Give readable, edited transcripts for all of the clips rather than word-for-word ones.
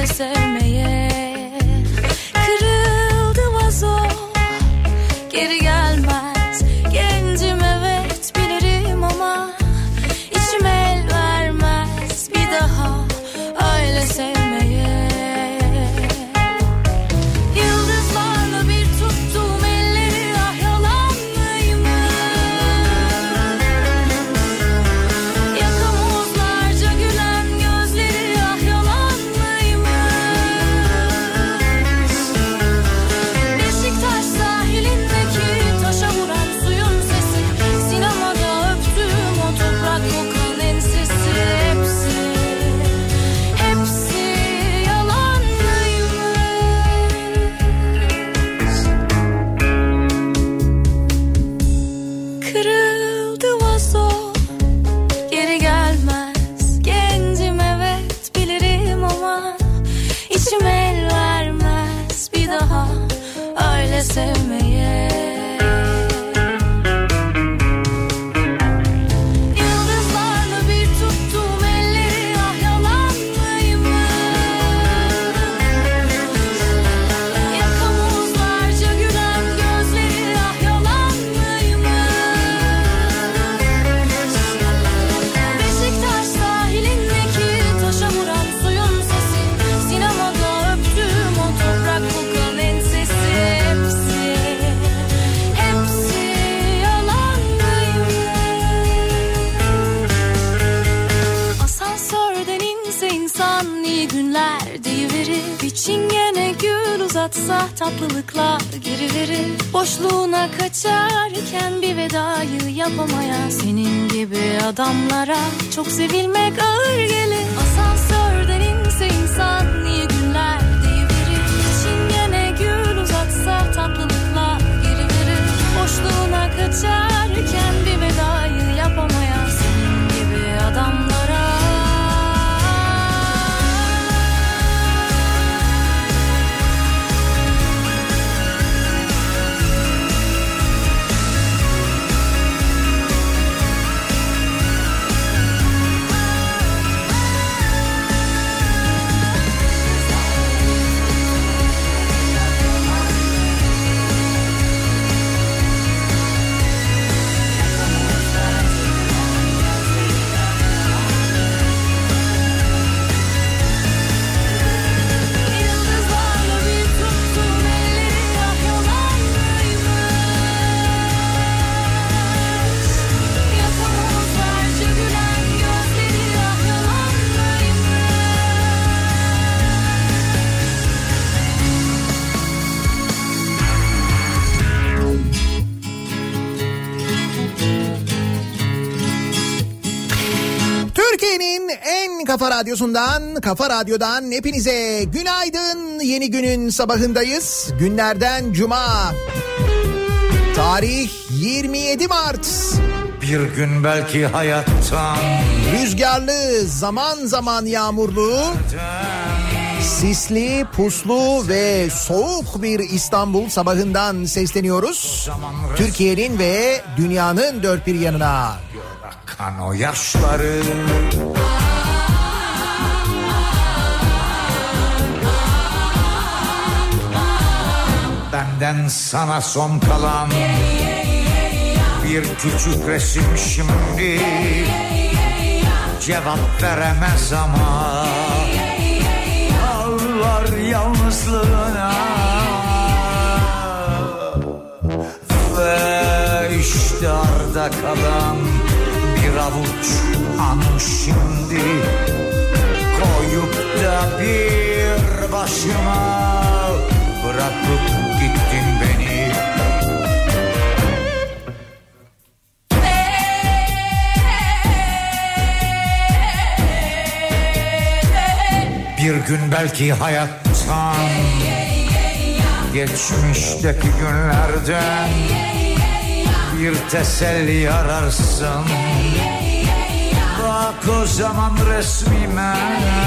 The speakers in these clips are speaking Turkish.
öyle sevmeye. Kırıldı vazo, geri gelmez. Gencim evet bilirim ama içim el vermez bir daha öyle sevmeye. Yıldızlarla bir tuttuğum elleri ah yalan mıymış? Yakamozlarca gülen gözleri ah yalan mıymış? Beşiktaş sahilindeki taşa vuran suyun sesi, sinemada öptüğüm o toprak kokan ensesi, hepsi yalan mıymış? Kırıldı vazo, geri gelmez. Gencim evet bilirim ama içim el vermez bir daha öyle sevmeye. Yıldızlarla bir tuttuğum elleri ah yalan mıymış? Yakamozlarca gülen gözleri ah yalan mıymış? Beşiktaş sahilindeki taşa vuran suyun sesi, sinemada öptüğüm o toprak kokan ensesi, hepsi yalan mıymış? Asansörden inse insan iyi günler deyiverir. Bir çingene gül uzatsa tatlılıklar geri verir. Boşluğuna kaçarken bir vedayı yapamayan senin gibi adamlara çok sevilmek ağır gelir. Asansörden inse insan iyi günler deyiverir. Bir çingene gül uzatsa tatlılıklar geri verir. Boşluğuna kaçarken bir vedayı yapamayan senin gibi adamlara. Yıldızlarla bir tuttuğum elleri ah yalan mıymış? Yakamozlarca gülen gözleri ah yalan Türkiye'nin en kafa radyosundan, Kafa Radyo'dan hepinize günaydın. Yeni günün sabahındayız. Günlerden cuma. Tarih 27 Mart. Bir gün belki hayattan Rüzgarlı, zaman zaman yağmurlu, sisli, puslu ve soğuk bir İstanbul sabahından sesleniyoruz. Türkiye'nin ve dünyanın dört bir yanına. akan o yaşları benden sana son kalan bir küçük resim şimdi cevap veremez ama ağlar yalnızlığına ve işte arda kalan bir avuç anı şimdi koyup da bir başıma bırakıp gittin beni. Bir gün belki hayattan geçmişteki günlerden bir teselli ararsın. Bak o zaman resmime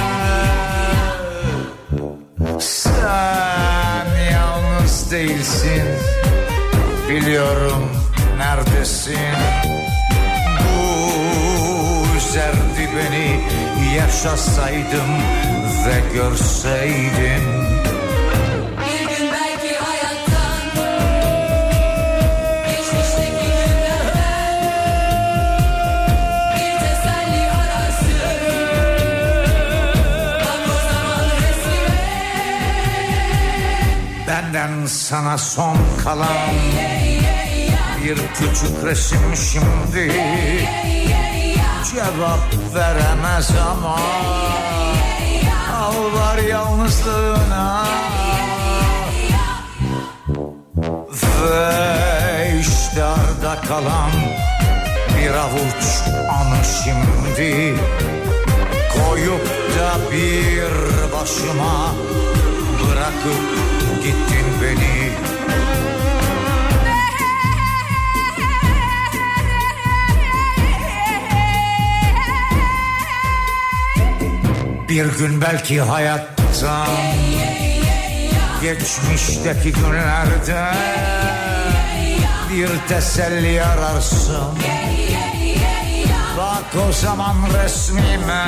sen yalnız değilsin, biliyorum neredesin. Bu üzerdi beni yaşasaydım ve görseydim. Benden sana son kalan bir küçük resim şimdi, cevap veremez ama ağlar yalnızlığına. Ve işte arda kalan bir avuç anı şimdi, koyup da bir başıma bırakıp gittin beni. Bir gün belki hayattan, geçmişteki günlerde bir teselli ararsın. Bak o zaman resmime,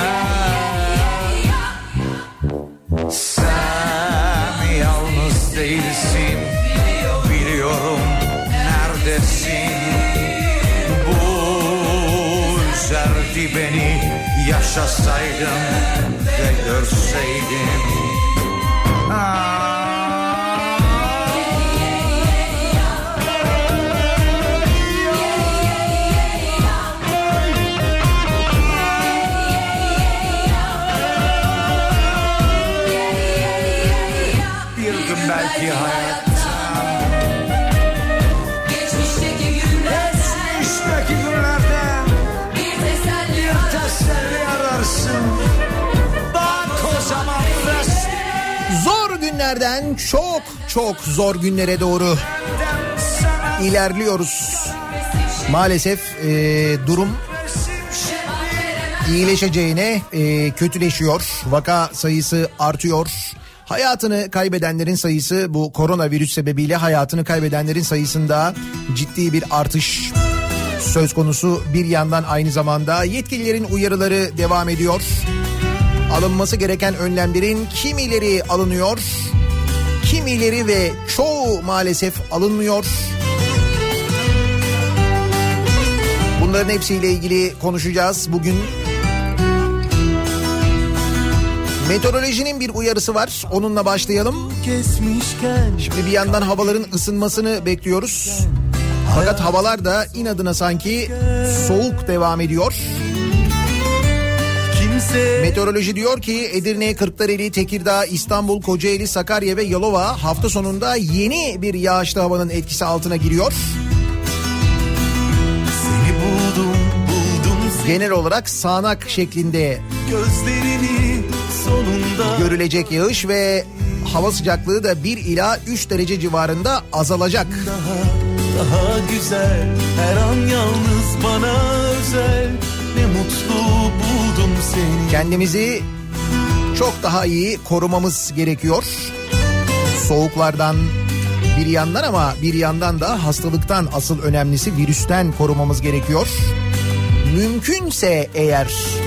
sen yalnız değilsin, biliyorum neredesin. Bu üzerdi beni, yaşasaydım ve görseydim. Bir gün belki hayattan, geçmişteki günlerden bir teselli ararsın. Bak o zaman zor günlerden çok çok zor günlere doğru ilerliyoruz. Maalesef durum iyileşeceğine kötüleşiyor. Vaka sayısı artıyor. Hayatını kaybedenlerin sayısı, bu koronavirüs sebebiyle hayatını kaybedenlerin sayısında ciddi bir artış söz konusu. Bir yandan aynı zamanda yetkililerin uyarıları devam ediyor. Alınması gereken önlemlerin kimileri alınıyor, kimileri ve çoğu maalesef alınmıyor. Bunların hepsiyle ilgili konuşacağız bugün. Meteorolojinin bir uyarısı var, onunla başlayalım. Şimdi bir yandan havaların ısınmasını bekliyoruz. Fakat havalar da inadına sanki soğuk devam ediyor. Meteoroloji diyor ki Edirne, Kırklareli, Tekirdağ, İstanbul, Kocaeli, Sakarya ve Yalova hafta sonunda yeni bir yağışlı havanın etkisi altına giriyor. Seni buldum Genel olarak sağanak şeklinde gözlerini sonunda görülecek yağış ve hava sıcaklığı da 1 ila 3 derece civarında azalacak. Daha güzel, her an yalnız bana özel, ne mutlu buldum seni. Kendimizi çok daha iyi korumamız gerekiyor. Soğuklardan bir yandan, ama bir yandan da hastalıktan, asıl önemlisi virüsten korumamız gerekiyor. Mümkünse eğer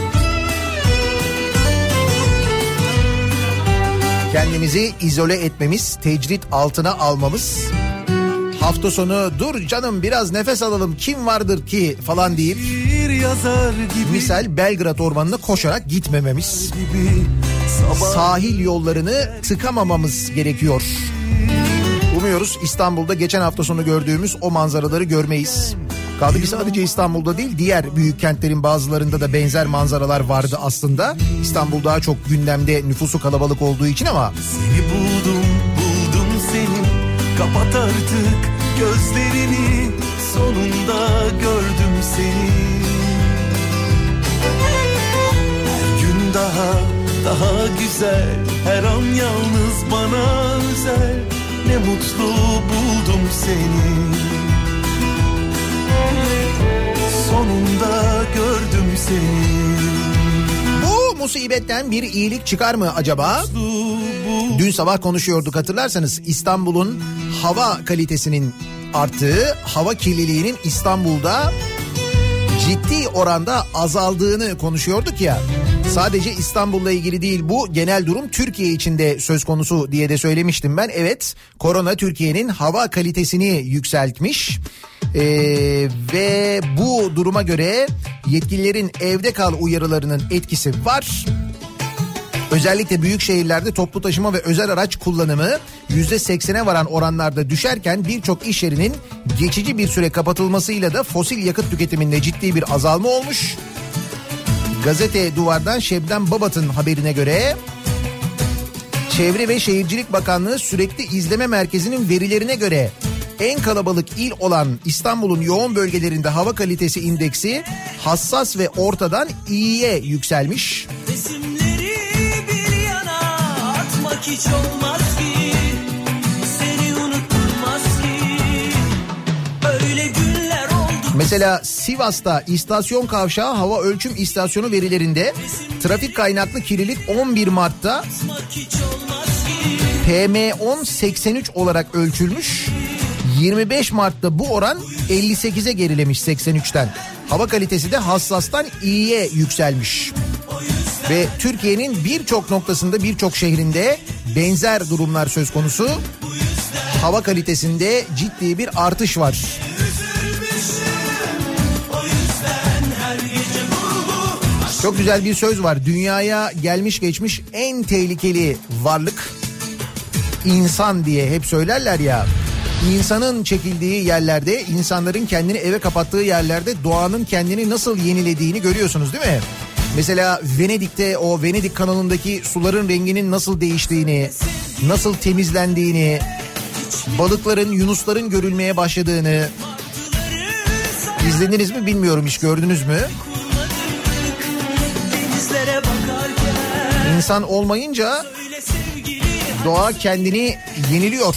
kendimizi izole etmemiz, tecrit altına almamız, hafta sonu dur canım biraz nefes alalım kim vardır ki falan deyip misal Belgrad Ormanı'na koşarak gitmememiz, sahil yollarını tıkamamamız gerekiyor. Umuyoruz İstanbul'da geçen hafta sonu gördüğümüz o manzaraları görmeyiz. Kaldı ki sadece İstanbul'da değil, diğer büyük kentlerin bazılarında da benzer manzaralar vardı aslında. İstanbul daha çok gündemde, nüfusu kalabalık olduğu için ama. Seni buldum seni, kapat artık gözlerini, sonunda gördüm seni. Her gün daha güzel, her an yalnız bana özel, ne mutlu buldum seni. Sonunda gördüm seni. Bu musibetten bir iyilik çıkar mı acaba? Dün sabah konuşuyorduk, hatırlarsanız İstanbul'un hava kalitesinin arttığı, hava kirliliğinin İstanbul'da ciddi oranda azaldığını konuşuyorduk ya. Sadece İstanbul'la ilgili değil bu, genel durum Türkiye için de söz konusu diye de söylemiştim ben. Evet, korona Türkiye'nin hava kalitesini yükseltmiş. Ve bu duruma göre yetkililerin evde kal uyarılarının etkisi var. Özellikle büyük şehirlerde toplu taşıma ve özel araç kullanımı %80'e varan oranlarda düşerken birçok iş yerinin geçici bir süre kapatılmasıyla da fosil yakıt tüketiminde ciddi bir azalma olmuş. Gazete Duvar'dan Şebnem Babat'ın haberine göre Çevre ve Şehircilik Bakanlığı Sürekli İzleme Merkezi'nin verilerine göre en kalabalık il olan İstanbul'un yoğun bölgelerinde hava kalitesi indeksi hassas ve ortadan iyiye yükselmiş. Resimleri bir yana atmak hiç olmaz ki, seni unutulmaz ki, öyle günler oldu. Mesela Sivas'ta istasyon kavşağı hava ölçüm istasyonu verilerinde trafik kaynaklı kirlilik 11 Mart'ta PM10 83 olarak ölçülmüş. 25 Mart'ta bu oran 58'e gerilemiş 83'ten. Hava kalitesi de hassastan iyiye yükselmiş. Ve Türkiye'nin birçok noktasında, birçok şehrinde benzer durumlar söz konusu. Hava kalitesinde ciddi bir artış var. Çok güzel bir söz var. Dünyaya gelmiş geçmiş en tehlikeli varlık insan diye hep söylerler ya. İnsanın çekildiği yerlerde, insanların kendini eve kapattığı yerlerde doğanın kendini nasıl yenilediğini görüyorsunuz değil mi? Mesela Venedik'te o Venedik kanalındaki suların renginin nasıl değiştiğini, nasıl temizlendiğini, balıkların, yunusların görülmeye başladığını izlediniz mi bilmiyorum, hiç gördünüz mü? İnsan olmayınca doğa kendini yeniliyor.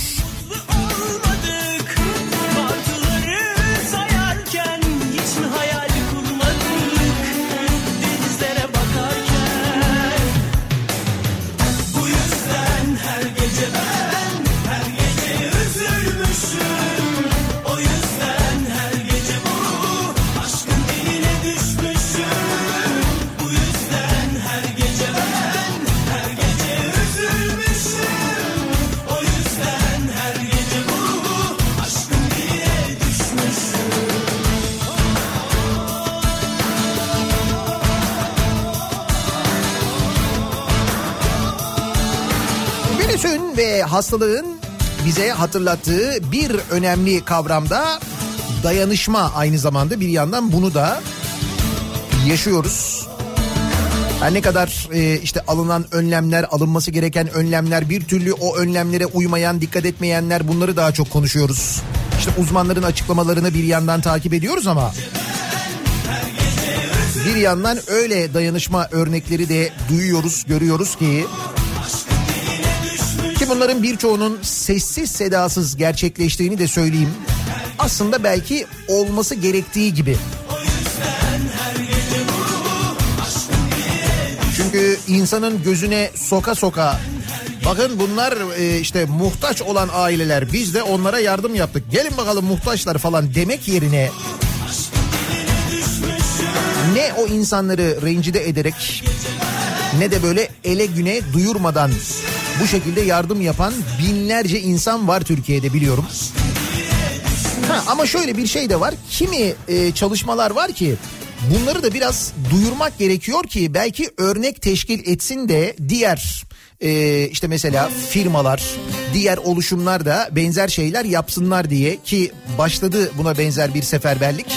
Ve hastalığın bize hatırlattığı bir önemli kavramda dayanışma, aynı zamanda bir yandan bunu da yaşıyoruz. Her ne kadar işte alınan önlemler, alınması gereken önlemler, bir türlü o önlemlere uymayan, dikkat etmeyenler, bunları daha çok konuşuyoruz. İşte uzmanların açıklamalarını bir yandan takip ediyoruz ama bir yandan öyle dayanışma örnekleri de duyuyoruz, görüyoruz ki bunların birçoğunun sessiz sedasız gerçekleştiğini de söyleyeyim. Aslında belki olması gerektiği gibi. Çünkü insanın gözüne soka soka, bakın bunlar işte muhtaç olan aileler, biz de onlara yardım yaptık, gelin bakalım muhtaçlar falan demek yerine ne o insanları rencide ederek ne de böyle ele güne duyurmadan bu şekilde yardım yapan binlerce insan var Türkiye'de, biliyorum. Ama şöyle bir şey de var. Kimi çalışmalar var ki bunları da biraz duyurmak gerekiyor ki belki örnek teşkil etsin de diğer işte mesela firmalar, diğer oluşumlar da benzer şeyler yapsınlar diye, ki başladı buna benzer bir seferberlik.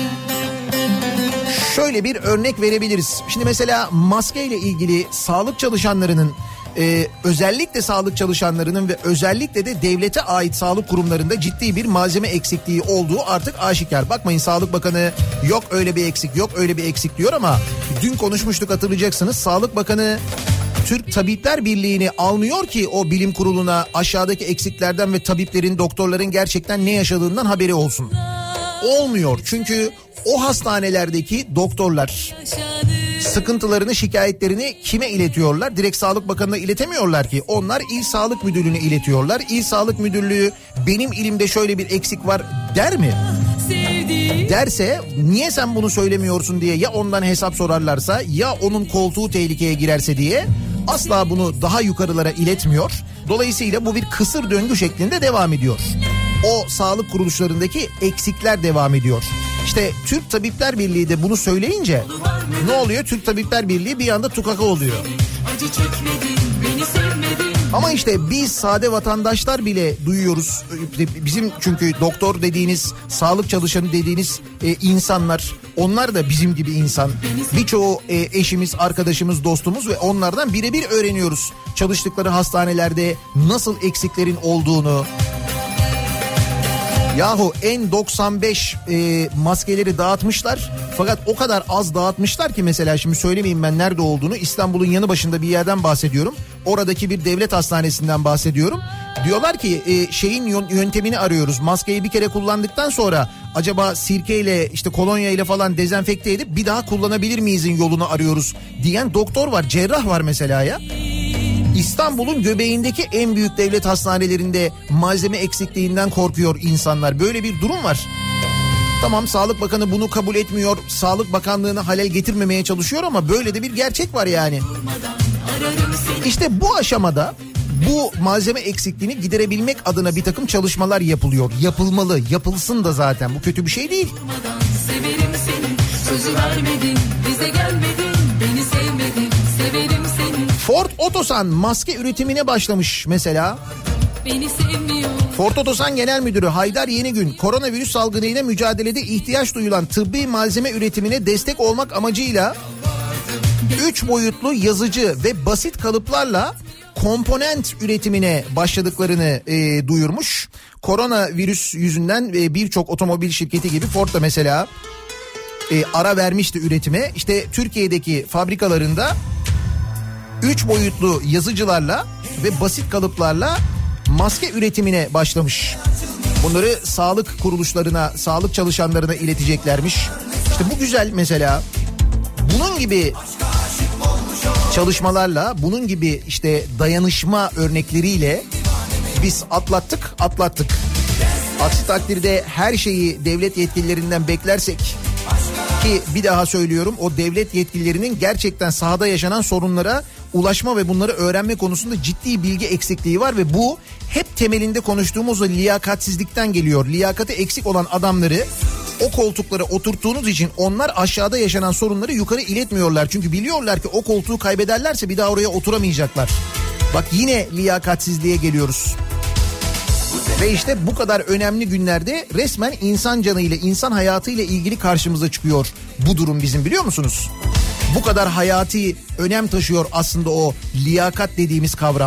Şöyle bir örnek verebiliriz. Şimdi mesela maskeyle ilgili sağlık çalışanlarının, özellikle sağlık çalışanlarının ve özellikle de devlete ait sağlık kurumlarında ciddi bir malzeme eksikliği olduğu artık aşikar. Bakmayın, Sağlık Bakanı yok öyle bir eksik, yok öyle bir eksik diyor ama dün konuşmuştuk, hatırlayacaksınız. Sağlık Bakanı Türk Tabipler Birliği'ni almıyor ki o bilim kuruluna aşağıdaki eksiklerden ve tabiplerin, doktorların gerçekten ne yaşadığından haberi olsun. Olmuyor çünkü o hastanelerdeki doktorlar sıkıntılarını, şikayetlerini kime iletiyorlar? Direkt Sağlık Bakanı'na iletemiyorlar ki. Onlar İl Sağlık Müdürlüğü'ne iletiyorlar. İl Sağlık Müdürlüğü benim ilimde şöyle bir eksik var der mi? derse, niye sen bunu söylemiyorsun diye ya ondan hesap sorarlarsa ya onun koltuğu tehlikeye girerse diye asla bunu daha yukarılara iletmiyor. Dolayısıyla bu bir kısır döngü şeklinde devam ediyor. O sağlık kuruluşlarındaki eksikler devam ediyor. İşte Türk Tabipler Birliği de bunu söyleyince ne oluyor? Türk Tabipler Birliği bir anda tukaka oluyor. Ama işte biz sade vatandaşlar bile duyuyoruz. Bizim çünkü doktor dediğiniz, sağlık çalışanı dediğiniz insanlar, onlar da bizim gibi insan. Birçoğu eşimiz, arkadaşımız, dostumuz ve onlardan birebir öğreniyoruz çalıştıkları hastanelerde nasıl eksiklerin olduğunu. Yahu N95 maskeleri dağıtmışlar, fakat o kadar az dağıtmışlar ki, mesela şimdi söylemeyeyim ben nerede olduğunu, İstanbul'un yanı başında bir yerden bahsediyorum. Oradaki bir devlet hastanesinden bahsediyorum. Diyorlar ki şeyin yöntemini arıyoruz. Maskeyi bir kere kullandıktan sonra acaba sirkeyle, işte kolonya ile falan dezenfekte edip bir daha kullanabilir miyizin yolunu arıyoruz diyen doktor var, cerrah var mesela ya. İstanbul'un göbeğindeki en büyük devlet hastanelerinde malzeme eksikliğinden korkuyor insanlar. Böyle bir durum var. Tamam, Sağlık Bakanı bunu kabul etmiyor. Sağlık Bakanlığı'na halel getirmemeye çalışıyor ama böyle de bir gerçek var yani. İşte bu aşamada bu malzeme eksikliğini giderebilmek adına bir takım çalışmalar yapılıyor. Yapılmalı, yapılsın da zaten. Bu kötü bir şey değil. Severim seni, sözü vermedin, bize gelmedin, beni sevmedin, severim seni. Ford Otosan maske üretimine başlamış mesela. Beni sevmiyor. Ford Otosan Genel Müdürü Haydar Yenigün, koronavirüs salgınıyla mücadelede ihtiyaç duyulan tıbbi malzeme üretimine destek olmak amacıyla 3 boyutlu yazıcı ve basit kalıplarla komponent üretimine başladıklarını duyurmuş. Koronavirüs yüzünden birçok otomobil şirketi gibi Ford da mesela ara vermişti üretime. İşte Türkiye'deki fabrikalarında 3 boyutlu yazıcılarla ve basit kalıplarla maske üretimine başlamış. Bunları sağlık kuruluşlarına, sağlık çalışanlarına ileteceklermiş. İşte bu güzel mesela. Bunun gibi çalışmalarla, bunun gibi işte dayanışma örnekleriyle biz atlattık. Aksi takdirde her şeyi devlet yetkililerinden beklersek, ki bir daha söylüyorum, o devlet yetkililerinin gerçekten sahada yaşanan sorunlara ulaşma ve bunları öğrenme konusunda ciddi bilgi eksikliği var ve bu hep temelinde konuştuğumuz o liyakatsizlikten geliyor. Liyakati eksik olan adamları o koltuklara oturttuğunuz için onlar aşağıda yaşanan sorunları yukarı iletmiyorlar. Çünkü biliyorlar ki o koltuğu kaybederlerse bir daha oraya oturamayacaklar. Bak yine liyakatsizliğe geliyoruz. Ve işte bu kadar önemli günlerde resmen insan canıyla, insan hayatıyla ilgili karşımıza çıkıyor bu durum bizim, biliyor musunuz? Bu kadar hayati önem taşıyor aslında o liyakat dediğimiz kavram.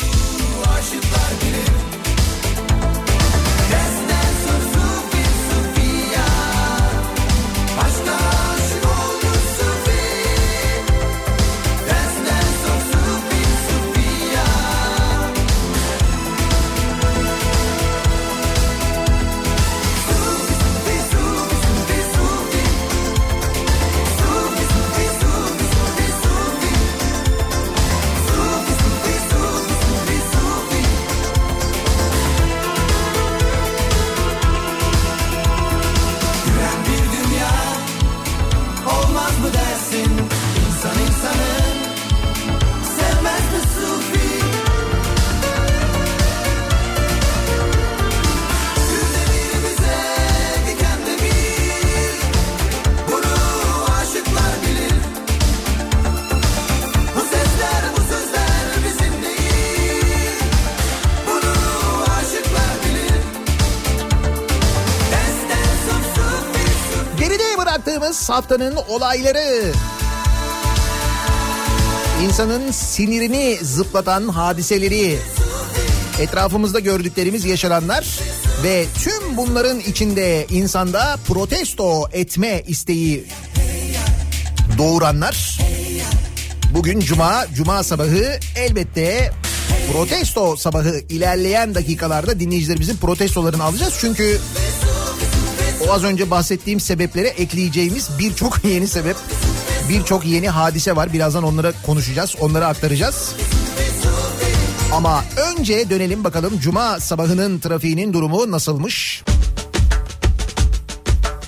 Haftanın olayları, insanın sinirini zıplatan hadiseleri, etrafımızda gördüklerimiz, yaşananlar ve tüm bunların içinde insanda protesto etme isteği doğuranlar. Bugün Cuma sabahı, elbette protesto sabahı. İlerleyen dakikalarda dinleyicilerimizin protestolarını alacağız. Çünkü o az önce bahsettiğim sebeplere ekleyeceğimiz birçok yeni sebep, birçok yeni hadise var. Birazdan onlara konuşacağız, onları aktaracağız. Ama önce dönelim bakalım Cuma sabahının trafiğinin durumu nasılmış?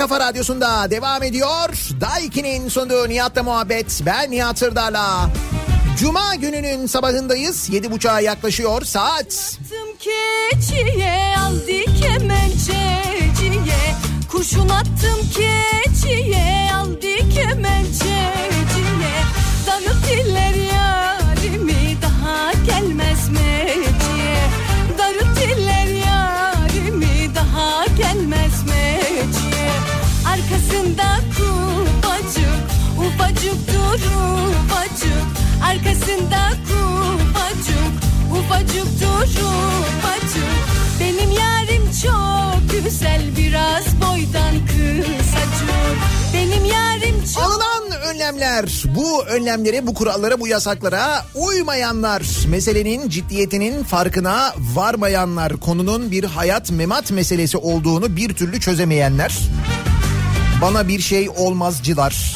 Kafa Radyosu'nda devam ediyor. Daiki'nin sunduğu Nihat'la muhabbet. Ben Nihat Sırdar'la. Cuma gününün sabahındayız. 7.30'a yaklaşıyor saat. Keçiye aldı kemençeciye, kurşun attım keçiye aldı kemençeciye, darıp diller yarimi daha gelmez meciye, darıp diller yarimi daha gelmez meciye, arkasında kubacık ufacık dur ufacık, arkasında kubacık ufacık dur ufacık, benim yarim çok güzel biraz boydan kısacık, benim yarim çok... Alınan önlemler, bu önlemlere, bu kurallara, bu yasaklara uymayanlar, meselenin ciddiyetinin farkına varmayanlar, konunun bir hayat memat meselesi olduğunu bir türlü çözemeyenler, bana bir şey olmazcılar.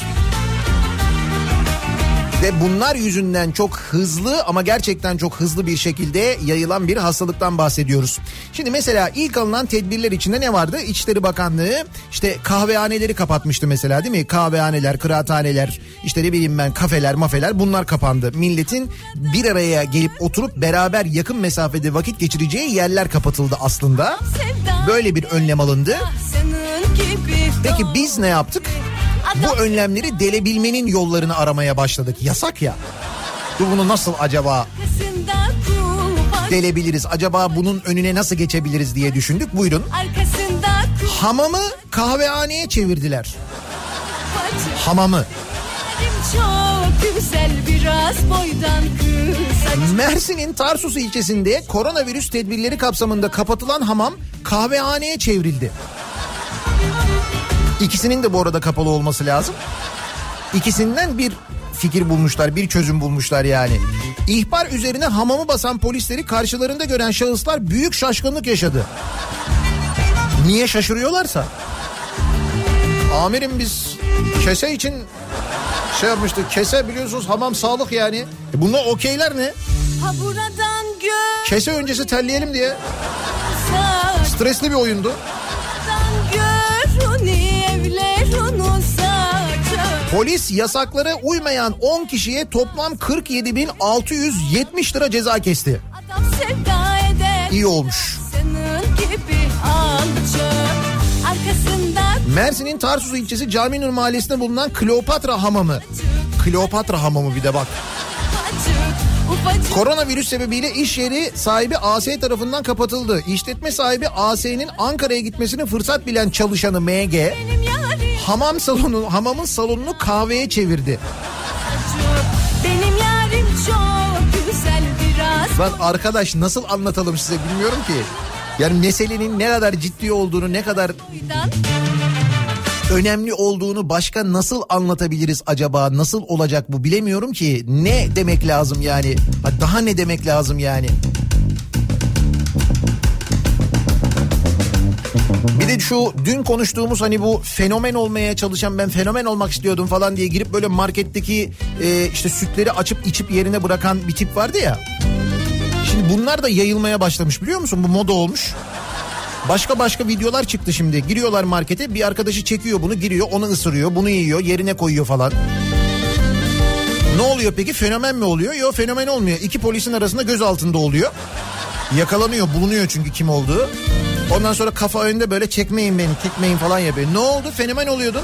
Ve bunlar yüzünden çok hızlı ama gerçekten çok hızlı bir şekilde yayılan bir hastalıktan bahsediyoruz. Şimdi mesela ilk alınan tedbirler içinde ne vardı? İçişleri Bakanlığı işte kahvehaneleri kapatmıştı mesela, değil mi? Kahvehaneler, kıraathaneler, işte ne bileyim ben kafeler, mafeler, bunlar kapandı. Milletin bir araya gelip oturup beraber yakın mesafede vakit geçireceği yerler kapatıldı aslında. Böyle bir önlem alındı. Peki biz ne yaptık? Bu önlemleri delebilmenin yollarını aramaya başladık. Yasak ya. Bunu nasıl acaba delebiliriz? Acaba bunun önüne nasıl geçebiliriz diye düşündük. Buyurun. Hamamı kahvehaneye çevirdiler. Hamamı. Mersin'in Tarsus ilçesinde koronavirüs tedbirleri kapsamında kapatılan hamam kahvehaneye çevrildi. İkisinin de bu arada kapalı olması lazım. İkisinden bir fikir bulmuşlar, bir çözüm bulmuşlar yani. İhbar üzerine hamamı basan polisleri karşılarında gören şahıslar büyük şaşkınlık yaşadı. Niye şaşırıyorlarsa? Amirim biz kese için şey yapmıştık. Kese biliyorsunuz hamam sağlık yani. Bunlar okeyler ne? Kese öncesi terleyelim diye. Stresli bir oyundu. Polis yasaklara uymayan 10 kişiye toplam 47.670 lira ceza kesti. İyi olmuş. Mersin'in Tarsus ilçesi Caminur mahallesinde bulunan Kleopatra Hamamı. Kleopatra Hamamı bir de bak. Koronavirüs sebebiyle iş yeri sahibi AS tarafından kapatıldı. İşletme sahibi AS'nin Ankara'ya gitmesini fırsat bilen çalışanı MG hamamın salonunu kahveye çevirdi. Benim yarim çok güzel biraz. Lan arkadaş nasıl anlatalım size bilmiyorum ki. Yani meselenin ne kadar ciddi olduğunu, ne kadar önemli olduğunu başka nasıl anlatabiliriz acaba? Nasıl olacak bu bilemiyorum ki. Ne demek lazım yani? Daha ne demek lazım yani? Bir de şu dün konuştuğumuz hani bu fenomen olmaya çalışan, ben fenomen olmak istiyordum falan diye girip böyle marketteki işte sütleri açıp içip yerine bırakan bir tip vardı ya. Şimdi bunlar da yayılmaya başlamış biliyor musun? Bu moda olmuş. Başka videolar çıktı şimdi. Giriyorlar markete, bir arkadaşı çekiyor bunu, giriyor onu ısırıyor, bunu yiyor, yerine koyuyor falan. Ne oluyor peki? Fenomen mi oluyor? Yok, fenomen olmuyor. İki polisin arasında gözaltında oluyor. Yakalanıyor, bulunuyor çünkü kim olduğu. Ondan sonra kafa önünde böyle çekmeyin beni, tekmeyin falan yapıyor. Ne oldu? Fenomen oluyordun.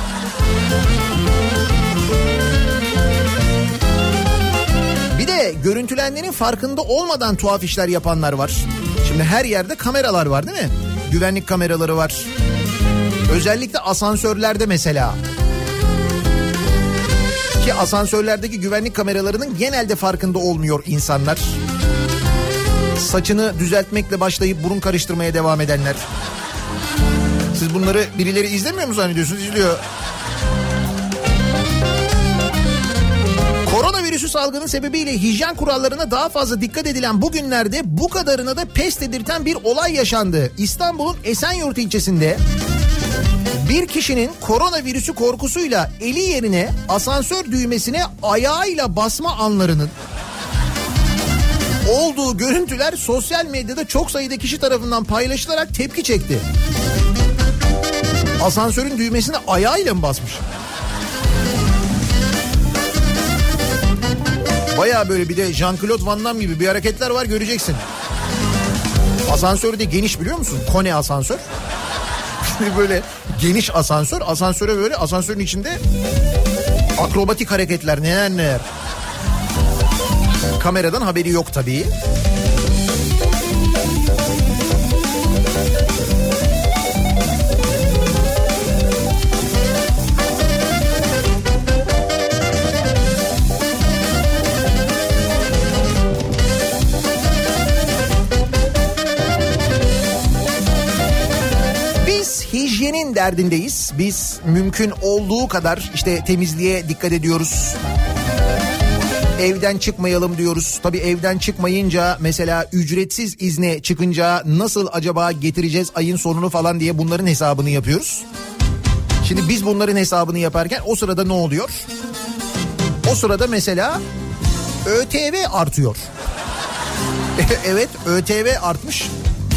Bir de görüntülenmenin farkında olmadan tuhaf işler yapanlar var. Şimdi her yerde kameralar var değil mi? Güvenlik kameraları var. Özellikle asansörlerde mesela. Ki asansörlerdeki güvenlik kameralarının genelde farkında olmuyor insanlar. Saçını düzeltmekle başlayıp burun karıştırmaya devam edenler. Siz bunları birileri izlemiyor mu zannediyorsunuz? İzliyor. Koronavirüsü salgını sebebiyle hijyen kurallarına daha fazla dikkat edilen bu günlerde bu kadarına da pes dedirten bir olay yaşandı. İstanbul'un Esenyurt ilçesinde bir kişinin koronavirüsü korkusuyla eli yerine asansör düğmesine ayağıyla basma anlarının olduğu görüntüler sosyal medyada çok sayıda kişi tarafından paylaşılarak tepki çekti. Asansörün düğmesine ayağıyla mı basmış? Baya böyle bir de Jean-Claude Van Damme gibi bir hareketler var, göreceksin. Asansörü de geniş, biliyor musun? Kone asansör. Böyle geniş asansör. Asansöre böyle, asansörün içinde akrobatik hareketler, neler. Kameradan haberi yok tabii. Hijyenin derdindeyiz. Biz mümkün olduğu kadar işte temizliğe dikkat ediyoruz. Evden çıkmayalım diyoruz. Tabii evden çıkmayınca mesela ücretsiz izne çıkınca nasıl acaba getireceğiz ayın sonunu falan diye bunların hesabını yapıyoruz. Şimdi biz bunların hesabını yaparken o sırada ne oluyor? O sırada mesela ÖTV artıyor. Evet, ÖTV artmış.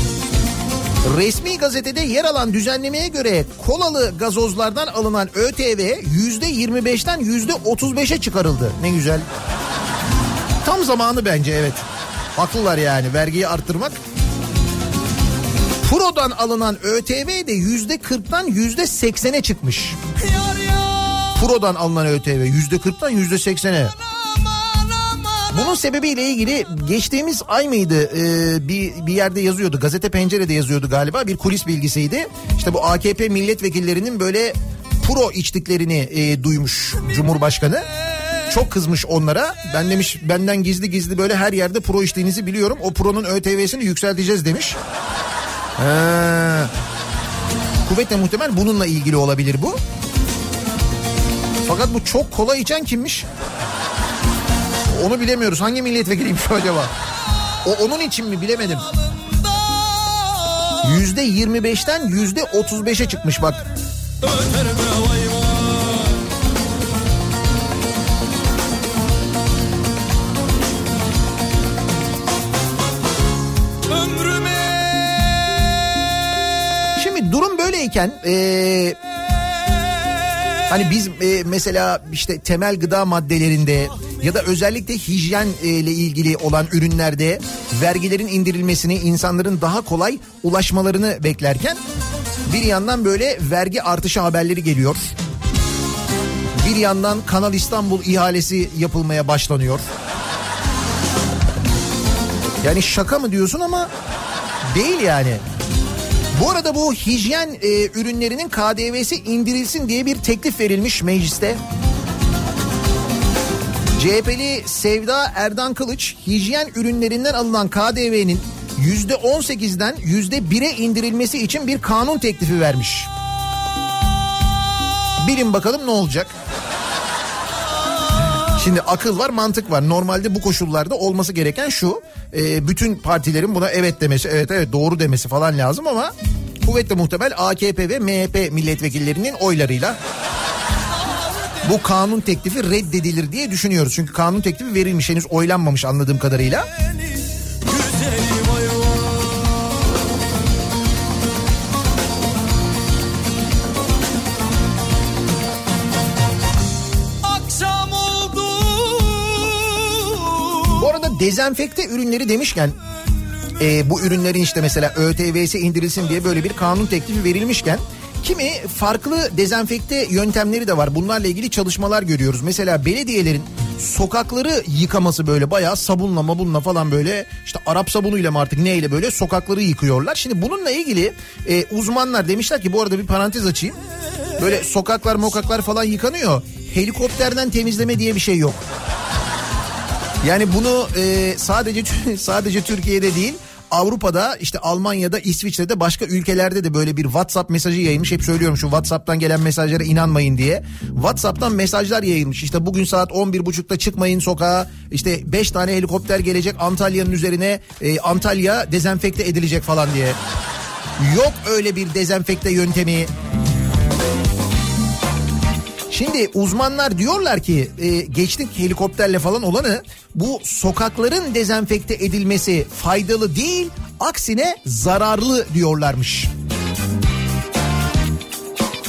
Resmi gazetede yer alan düzenlemeye göre kolalı gazozlardan alınan ÖTV %25'ten %35'e çıkarıldı. Ne güzel. Tam zamanı bence, evet. Haklılar yani, vergiyi arttırmak. Puro'dan alınan ÖTV de %40'tan %80'e çıkmış. Puro'dan alınan ÖTV %40'tan %80'e. Bunun sebebiyle ilgili geçtiğimiz ay mıydı bir yerde yazıyordu, Gazete Pencere'de yazıyordu galiba, bir kulis bilgisiydi. İşte bu AKP milletvekillerinin böyle puro içtiklerini duymuş Cumhurbaşkanı. Çok kızmış onlara. Ben demiş, benden gizli gizli böyle her yerde puro içtiğinizi biliyorum. O puronun ÖTV'sini yükselteceğiz demiş. Kuvvetle muhtemel bununla ilgili olabilir bu. Fakat bu çok kola içen kimmiş? Onu bilemiyoruz. Hangi milletvekiliymiş acaba? O onun için mi, bilemedim. %25'ten %35'e çıkmış bak. Şimdi durum böyleyken hani biz mesela işte temel gıda maddelerinde ya da özellikle hijyen ile ilgili olan ürünlerde vergilerin indirilmesini, insanların daha kolay ulaşmalarını beklerken bir yandan böyle vergi artışı haberleri geliyor. Bir yandan Kanal İstanbul ihalesi yapılmaya başlanıyor. Yani şaka mı diyorsun ama değil yani. Bu arada bu hijyen ürünlerinin KDV'si indirilsin diye bir teklif verilmiş mecliste. CHP'li Sevda Erdan Kılıç, hijyen ürünlerinden alınan KDV'nin %18'den %1'e indirilmesi için bir kanun teklifi vermiş. Bilin bakalım ne olacak? Şimdi akıl var, mantık var. Normalde bu koşullarda olması gereken şu: bütün partilerin buna evet demesi, evet doğru demesi falan lazım ama kuvvetle muhtemel AKP ve MHP milletvekillerinin oylarıyla bu kanun teklifi reddedilir diye düşünüyoruz. Çünkü kanun teklifi verilmiş, henüz oylanmamış anladığım kadarıyla. Bu arada dezenfekte ürünleri demişken bu ürünlerin işte mesela ÖTV'si indirilsin diye böyle bir kanun teklifi verilmişken kimi farklı dezenfekte yöntemleri de var. Bunlarla ilgili çalışmalar görüyoruz. Mesela belediyelerin sokakları yıkaması, böyle bayağı sabunla mabunla falan, böyle işte Arap sabunuyla mı artık neyle böyle sokakları yıkıyorlar. Şimdi bununla ilgili uzmanlar demişler ki, bu arada bir parantez açayım. Böyle sokaklar mokaklar falan yıkanıyor. Helikopterden temizleme diye bir şey yok. Yani bunu sadece Türkiye'de değil, Avrupa'da, işte Almanya'da, İsviçre'de, başka ülkelerde de böyle bir WhatsApp mesajı yayılmış. Hep söylüyorum, şu WhatsApp'tan gelen mesajlara inanmayın diye. WhatsApp'tan mesajlar yayılmış. İşte bugün saat 11.30'da çıkmayın sokağa. İşte 5 tane helikopter gelecek Antalya'nın üzerine. Antalya dezenfekte edilecek falan diye. Yok öyle bir dezenfekte yöntemi. Şimdi uzmanlar diyorlar ki geçtik helikopterle falan olanı, bu sokakların dezenfekte edilmesi faydalı değil, aksine zararlı diyorlarmış.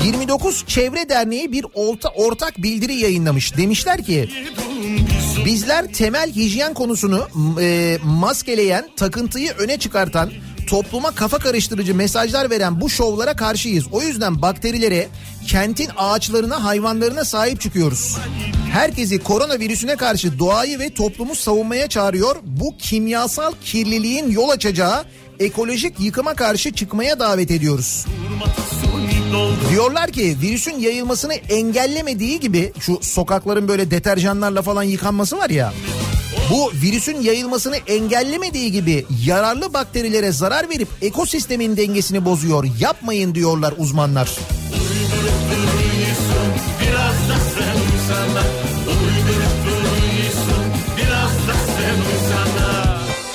29 Çevre Derneği bir ortak bildiri yayınlamış. Demişler ki bizler temel hijyen konusunu maskeleyen, takıntıyı öne çıkartan, topluma kafa karıştırıcı mesajlar veren bu şovlara karşıyız. O yüzden bakterilere, kentin ağaçlarına, hayvanlarına sahip çıkıyoruz. Herkesi koronavirüsüne karşı doğayı ve toplumu savunmaya çağırıyor. Bu kimyasal kirliliğin yol açacağı ekolojik yıkıma karşı çıkmaya davet ediyoruz. Diyorlar ki virüsün yayılmasını engellemediği gibi şu sokakların böyle deterjanlarla falan yıkanması var ya. Bu virüsün yayılmasını engellemediği gibi yararlı bakterilere zarar verip ekosistemin dengesini bozuyor. Yapmayın diyorlar uzmanlar. Biraz da sen sana, uydurup duruyorsun, biraz da sen sana.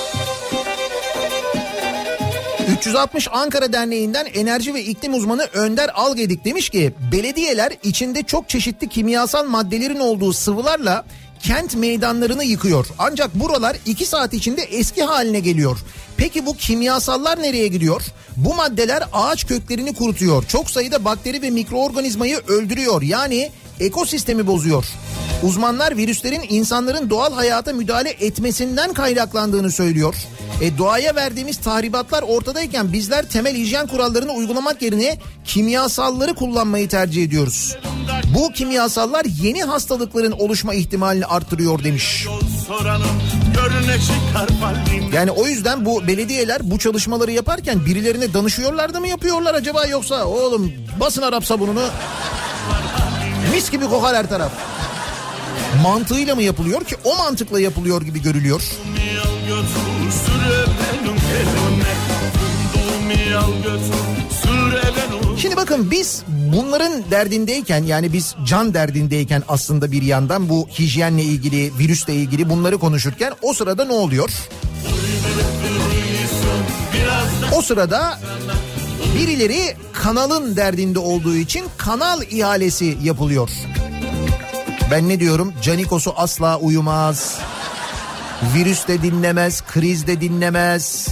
360 Ankara Derneği'nden enerji ve iklim uzmanı Önder Algedik demiş ki belediyeler içinde çok çeşitli kimyasal maddelerin olduğu sıvılarla kent meydanlarını yıkıyor. Ancak buralar 2 saat içinde eski haline geliyor. Peki bu kimyasallar nereye gidiyor? Bu maddeler ağaç köklerini kurutuyor. Çok sayıda bakteri ve mikroorganizmayı öldürüyor. Yani ekosistemi bozuyor. Uzmanlar virüslerin insanların doğal hayata müdahale etmesinden kaynaklandığını söylüyor. Doğaya verdiğimiz tahribatlar ortadayken bizler temel hijyen kurallarını uygulamak yerine kimyasalları kullanmayı tercih ediyoruz. Bu kimyasallar yeni hastalıkların oluşma ihtimalini artırıyor demiş. Yani o yüzden bu belediyeler bu çalışmaları yaparken birilerine danışıyorlar da mı yapıyorlar acaba, yoksa oğlum basın Arap sabununu mis gibi kokar her taraf mantığıyla mı yapılıyor ki o mantıkla yapılıyor gibi görülüyor. Şimdi bakın biz bunların derdindeyken, yani biz can derdindeyken aslında bir yandan bu hijyenle ilgili, virüsle ilgili bunları konuşurken o sırada ne oluyor? O sırada birileri kanalın derdinde olduğu için kanal ihalesi yapılıyor. Ben ne diyorum? Canikos'u asla uyumaz. Virüs de dinlemez, kriz de dinlemez.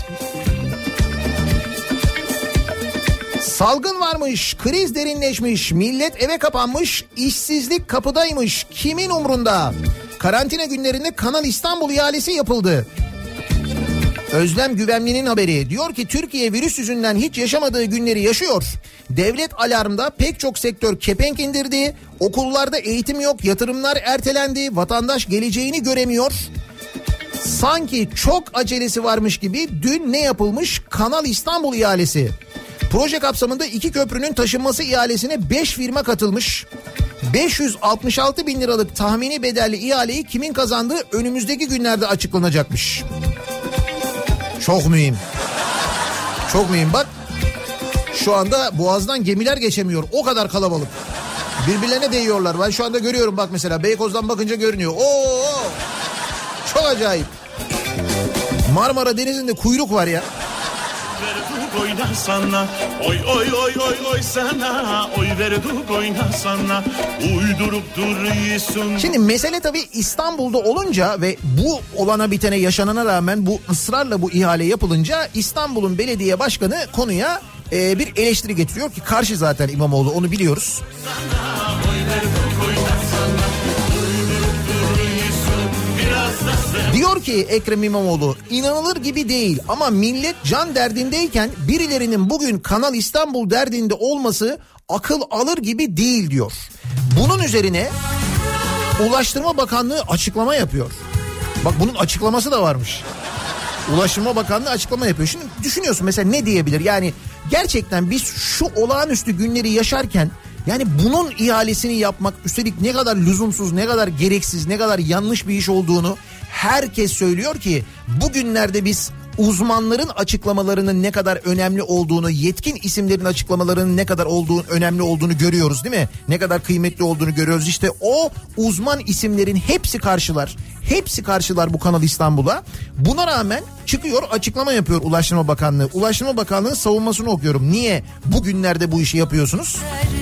Salgın varmış, kriz derinleşmiş, millet eve kapanmış, işsizlik kapıdaymış. Kimin umrunda? Karantina günlerinde Kanal İstanbul ihalesi yapıldı. Özlem Güvenli'nin haberi. Diyor ki Türkiye virüs yüzünden hiç yaşamadığı günleri yaşıyor. Devlet alarmda, pek çok sektör kepenk indirdi. Okullarda eğitim yok, yatırımlar ertelendi. Vatandaş geleceğini göremiyor. Sanki çok acelesi varmış gibi dün ne yapılmış? Kanal İstanbul ihalesi. Proje kapsamında 2 köprünün taşınması ihalesine 5 firma katılmış. 566 bin liralık tahmini bedelli ihaleyi kimin kazandığı önümüzdeki günlerde açıklanacakmış. Çok mühim. Çok mühim. Bak şu anda Boğaz'dan gemiler geçemiyor. O kadar kalabalık. Birbirlerine değiyorlar. Ben şu anda görüyorum, bak mesela Beykoz'dan bakınca görünüyor. Oo! Çok acayip. Marmara Denizi'nde kuyruk var ya. Sana, oy oy oy oy oy sana, oy verduk oyna sana, uydurup duruyorsun. Şimdi mesele tabii İstanbul'da olunca ve bu olana bitene yaşanana rağmen bu ısrarla bu ihale yapılınca İstanbul'un belediye başkanı konuya bir eleştiri getiriyor ki karşı zaten İmamoğlu, onu biliyoruz. Sana, oy verduk oyna sana, uydurup duruyorsun, biraz da sen. Diyor ki Ekrem İmamoğlu, inanılır gibi değil ama millet can derdindeyken birilerinin bugün Kanal İstanbul derdinde olması akıl alır gibi değil diyor. Bunun üzerine Ulaştırma Bakanlığı açıklama yapıyor. Bak bunun açıklaması da varmış. Ulaştırma Bakanlığı açıklama yapıyor. Şimdi düşünüyorsun mesela ne diyebilir? Yani gerçekten biz şu olağanüstü günleri yaşarken yani bunun ihalesini yapmak, üstelik ne kadar lüzumsuz, ne kadar gereksiz, ne kadar yanlış bir iş olduğunu herkes söylüyor ki bugünlerde biz uzmanların açıklamalarının ne kadar önemli olduğunu, yetkin isimlerin açıklamalarının ne kadar önemli olduğunu görüyoruz değil mi? Ne kadar kıymetli olduğunu görüyoruz. İşte o uzman isimlerin hepsi karşılar. Hepsi karşılar bu Kanal İstanbul'a. Buna rağmen çıkıyor, açıklama yapıyor Ulaştırma Bakanlığı. Ulaştırma Bakanlığı'nın savunmasını okuyorum. Niye bugünlerde bu işi yapıyorsunuz?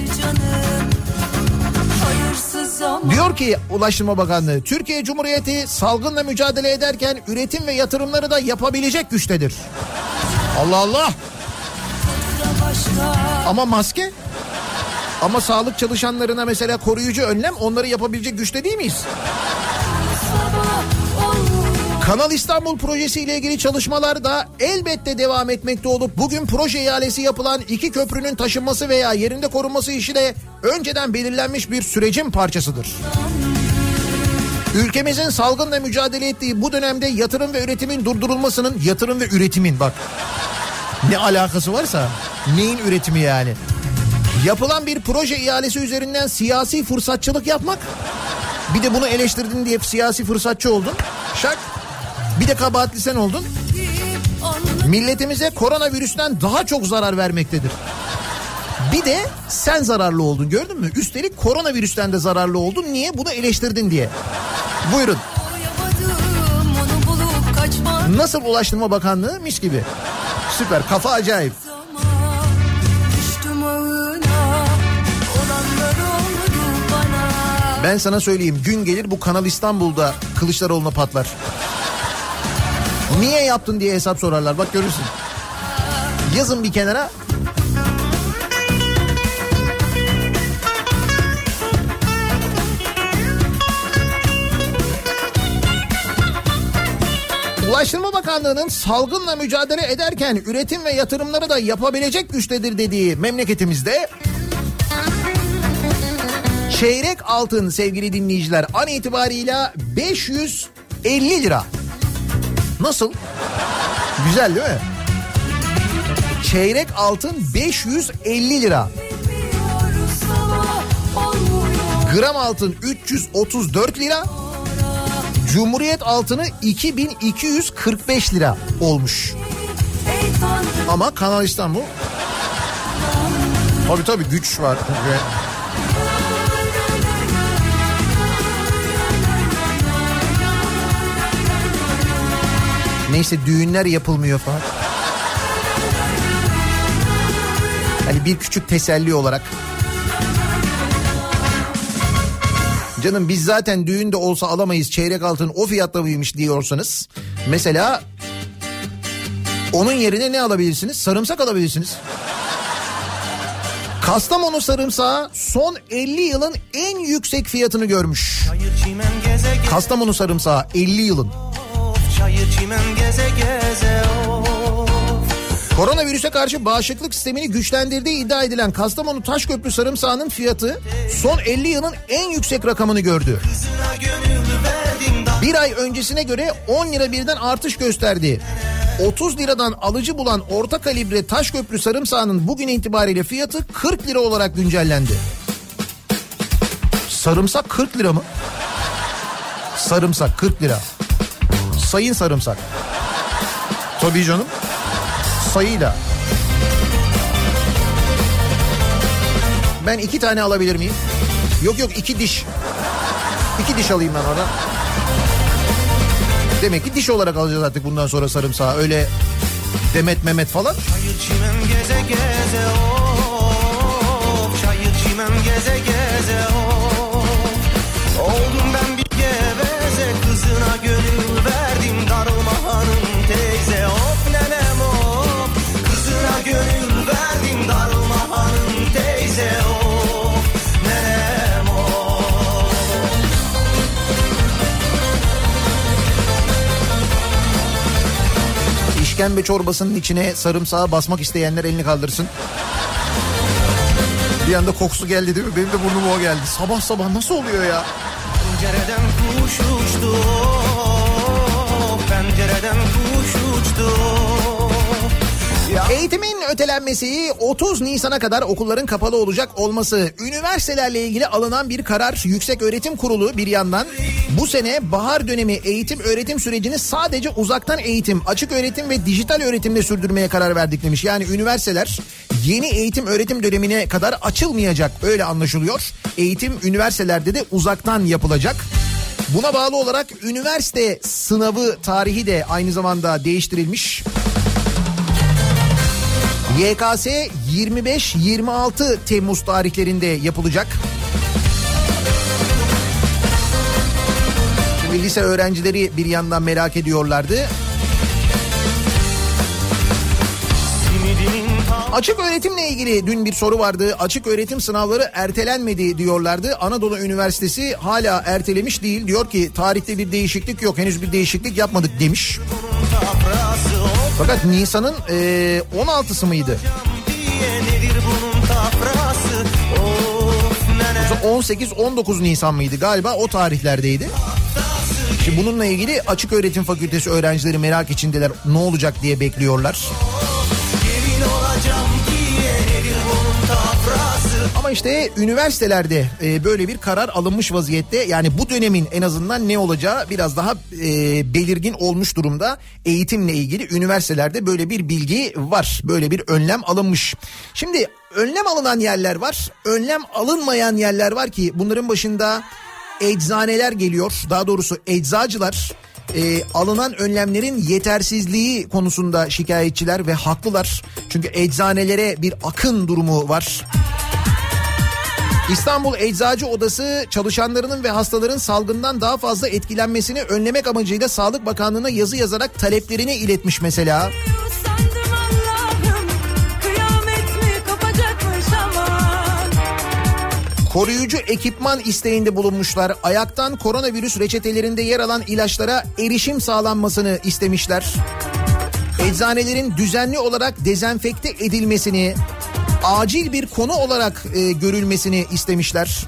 Diyor ki Ulaştırma Bakanlığı, Türkiye Cumhuriyeti salgınla mücadele ederken üretim ve yatırımları da yapabilecek güçtedir. Allah Allah. Ama maske? Ama sağlık çalışanlarına mesela koruyucu önlem, onları yapabilecek güçte değil miyiz? Kanal İstanbul projesiyle ilgili çalışmalar da elbette devam etmekte olup bugün proje ihalesi yapılan 2 köprünün taşınması veya yerinde korunması işi de önceden belirlenmiş bir sürecin parçasıdır. Ülkemizin salgınla mücadele ettiği bu dönemde yatırım ve üretimin durdurulmasının, yatırım ve üretimin bak ne alakası varsa, neyin üretimi yani? Yapılan bir proje ihalesi üzerinden siyasi fırsatçılık yapmak, bir de bunu eleştirdin diye siyasi fırsatçı oldun, şak, bir de kabahatli sen oldun. Milletimize koronavirüsten daha çok zarar vermektedir. Bir de sen zararlı oldun, gördün mü? Üstelik koronavirüsten de zararlı oldun. Niye? Bunu eleştirdin diye. Buyurun. Nasıl Ulaştırma Bakanlığı? Mis gibi. Süper, kafa acayip. Ben sana söyleyeyim, gün gelir bu Kanal İstanbul'da Kılıçdaroğlu'na patlar. Niye yaptın diye hesap sorarlar, bak görürsün. Yazın bir kenara. Ulaştırma Bakanlığı'nın salgınla mücadele ederken üretim ve yatırımları da yapabilecek güçtedir dediği memleketimizde çeyrek altın sevgili dinleyiciler an itibarıyla 550 lira. Nasıl? Güzel değil mi? Çeyrek altın 550 lira. Gram altın 334 lira. Cumhuriyet altını 2245 lira olmuş. Ama Kanal İstanbul. Tabii güç var. Neyse, düğünler yapılmıyor falan. Hani bir küçük teselli olarak. Canım biz zaten düğünde olsa alamayız, çeyrek altın o fiyatta mıymış diyorsanız. Mesela onun yerine ne alabilirsiniz? Sarımsak alabilirsiniz. Kastamonu sarımsağı son 50 yılın en yüksek fiyatını görmüş. Kastamonu sarımsağı 50 yılın. Koronavirüse karşı bağışıklık sistemini güçlendirdiği iddia edilen Kastamonu Taşköprü sarımsağının fiyatı son 50 yılın en yüksek rakamını gördü. Bir ay öncesine göre 10 lira birden artış gösterdi. 30 liradan alıcı bulan orta kalibre Taşköprü sarımsağının bugün itibariyle fiyatı 40 lira olarak güncellendi. Sarımsak 40 lira mı? Sarımsak 40 lira. Sayın sarımsak. Tabii canım. Sayıyla. Ben 2 tane alabilir miyim? Yok 2 diş. 2 diş alayım ben orada. Demek ki diş olarak alacağız artık bundan sonra sarımsağı. Öyle Demet Mehmet falan. Çayır çimen geze geze of. Çayır çimen geze geze of. Oldum ben bir geveze, kızına gönül verdim, darılma hanım teyze. Of nenem of. Kızına gönül verdim, darılma hanım teyze. Of nenem of. İşkembe çorbasının içine sarımsağı basmak isteyenler elini kaldırsın. Bir anda kokusu geldi değil mi? Benim de burnuma o geldi. Sabah sabah nasıl oluyor ya? Pencereden kuş uçtu. Pencereden kuş uçtu. Eğitimin ötelenmesi, 30 Nisan'a kadar okulların kapalı olacak olması, üniversitelerle ilgili alınan bir karar. Yükseköğretim Kurulu bir yandan bu sene bahar dönemi eğitim öğretim sürecini sadece uzaktan eğitim, açık öğretim ve dijital öğretimle sürdürmeye karar verdik demiş. Yani üniversiteler yeni eğitim öğretim dönemine kadar açılmayacak, öyle anlaşılıyor. Eğitim üniversitelerde de uzaktan yapılacak. Buna bağlı olarak üniversite sınavı tarihi de aynı zamanda değiştirilmiş. YKS 25-26 Temmuz tarihlerinde yapılacak. Şimdi lise öğrencileri bir yandan merak ediyorlardı. Simidinin Açık öğretimle ilgili dün bir soru vardı. Açık öğretim sınavları ertelenmedi diyorlardı. Anadolu Üniversitesi hala ertelemiş değil. Diyor ki tarihte bir değişiklik yok. Henüz bir değişiklik yapmadık demiş. Fakat Nisan'ın 16'sı mıydı? 18-19 Nisan mıydı? Galiba o tarihlerdeydi. Şimdi bununla ilgili Açık Öğretim Fakültesi öğrencileri merak içindeler. Ne olacak diye bekliyorlar. Ama işte üniversitelerde böyle bir karar alınmış vaziyette. Yani bu dönemin en azından ne olacağı biraz daha belirgin olmuş durumda. Eğitimle ilgili üniversitelerde böyle bir bilgi var. Böyle bir önlem alınmış. Şimdi önlem alınan yerler var. Önlem alınmayan yerler var ki bunların başında eczaneler geliyor. Daha doğrusu eczacılar. Alınan önlemlerin yetersizliği konusunda şikayetçiler ve haklılar. Çünkü eczanelere bir akın durumu var. İstanbul Eczacı Odası çalışanlarının ve hastaların salgından daha fazla etkilenmesini önlemek amacıyla Sağlık Bakanlığı'na yazı yazarak taleplerini iletmiş mesela. Koruyucu ekipman isteğinde bulunmuşlar. Ayaktan koronavirüs reçetelerinde yer alan ilaçlara erişim sağlanmasını istemişler. Eczanelerin düzenli olarak dezenfekte edilmesini, acil bir konu olarak görülmesini istemişler.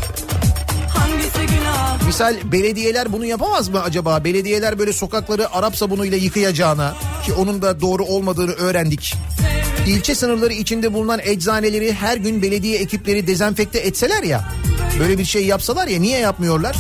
Misal belediyeler bunu yapamaz mı acaba? Belediyeler böyle sokakları Arap sabunuyla yıkayacağına, ki onun da doğru olmadığını öğrendik. İlçe sınırları içinde bulunan eczaneleri her gün belediye ekipleri dezenfekte etseler ya, böyle bir şey yapsalar ya, niye yapmıyorlar?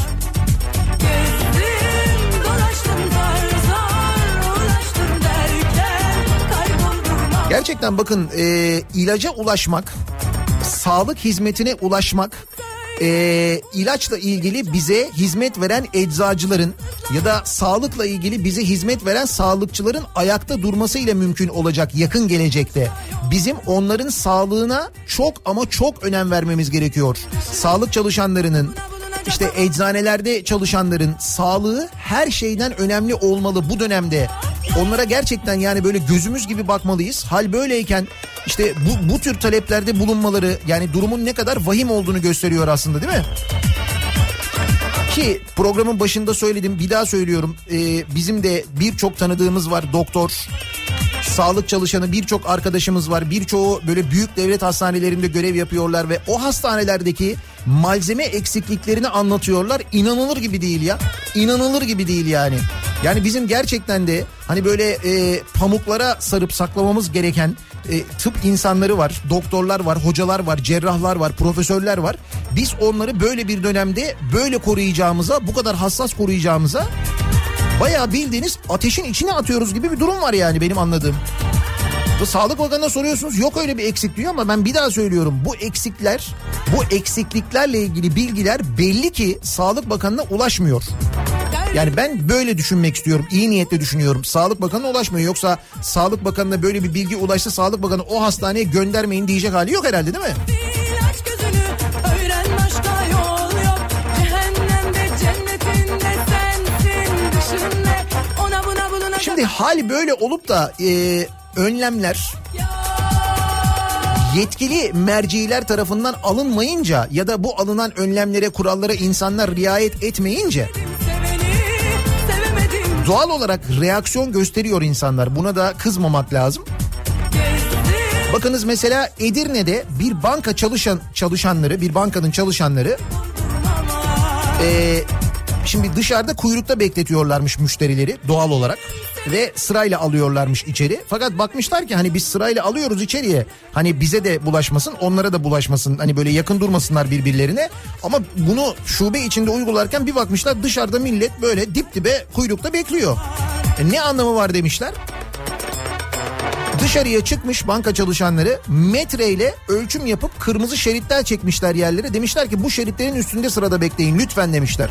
Gerçekten bakın ilaca ulaşmak, sağlık hizmetine ulaşmak, ilaçla ilgili bize hizmet veren eczacıların ya da sağlıkla ilgili bize hizmet veren sağlıkçıların ayakta durmasıyla mümkün olacak yakın gelecekte. Bizim onların sağlığına çok ama çok önem vermemiz gerekiyor. Sağlık çalışanlarının, işte eczanelerde çalışanların sağlığı her şeyden önemli olmalı bu dönemde. Onlara gerçekten yani böyle gözümüz gibi bakmalıyız. Hal böyleyken işte bu tür taleplerde bulunmaları yani durumun ne kadar vahim olduğunu gösteriyor aslında, değil mi? Ki programın başında söyledim, bir daha söylüyorum. Bizim de birçok tanıdığımız var, doktor, sağlık çalışanı birçok arkadaşımız var. Birçoğu böyle büyük devlet hastanelerinde görev yapıyorlar ve o hastanelerdeki malzeme eksikliklerini anlatıyorlar. İnanılır gibi değil ya. İnanılır gibi değil yani. Yani bizim gerçekten de hani böyle pamuklara sarıp saklamamız gereken tıp insanları var, doktorlar var, hocalar var, cerrahlar var, profesörler var. Biz onları böyle bir dönemde böyle koruyacağımıza, bu kadar hassas koruyacağımıza bayağı bildiğiniz ateşin içine atıyoruz gibi bir durum var yani benim anladığım. Bu Sağlık Bakanı'na soruyorsunuz, yok öyle bir eksik diyor ama ben bir daha söylüyorum. Bu eksikliklerle ilgili bilgiler belli ki Sağlık Bakanı'na ulaşmıyor. Yani ben böyle düşünmek istiyorum. İyi niyetle düşünüyorum. Sağlık Bakanı'na ulaşmıyor. Yoksa Sağlık Bakanı'na böyle bir bilgi ulaşsa Sağlık Bakanı o hastaneye göndermeyin diyecek hali yok herhalde, değil mi? Şimdi hal böyle olup da önlemler yetkili merciler tarafından alınmayınca ya da bu alınan önlemlere, kurallara insanlar riayet etmeyince doğal olarak reaksiyon gösteriyor insanlar. Buna da kızmamak lazım. Bakınız mesela Edirne'de bir banka çalışanları, bir bankanın çalışanları şimdi dışarıda kuyrukta bekletiyorlarmış müşterileri doğal olarak ve sırayla alıyorlarmış içeri. Fakat bakmışlar ki hani biz sırayla alıyoruz içeriye, hani bize de bulaşmasın, onlara da bulaşmasın, hani böyle yakın durmasınlar birbirlerine. Ama bunu şube içinde uygularken bir bakmışlar dışarıda millet böyle dip dibe kuyrukta bekliyor. Ne anlamı var demişler. Dışarıya çıkmış banka çalışanları, metreyle ölçüm yapıp kırmızı şeritler çekmişler yerlere. Demişler ki bu şeritlerin üstünde sırada bekleyin lütfen demişler.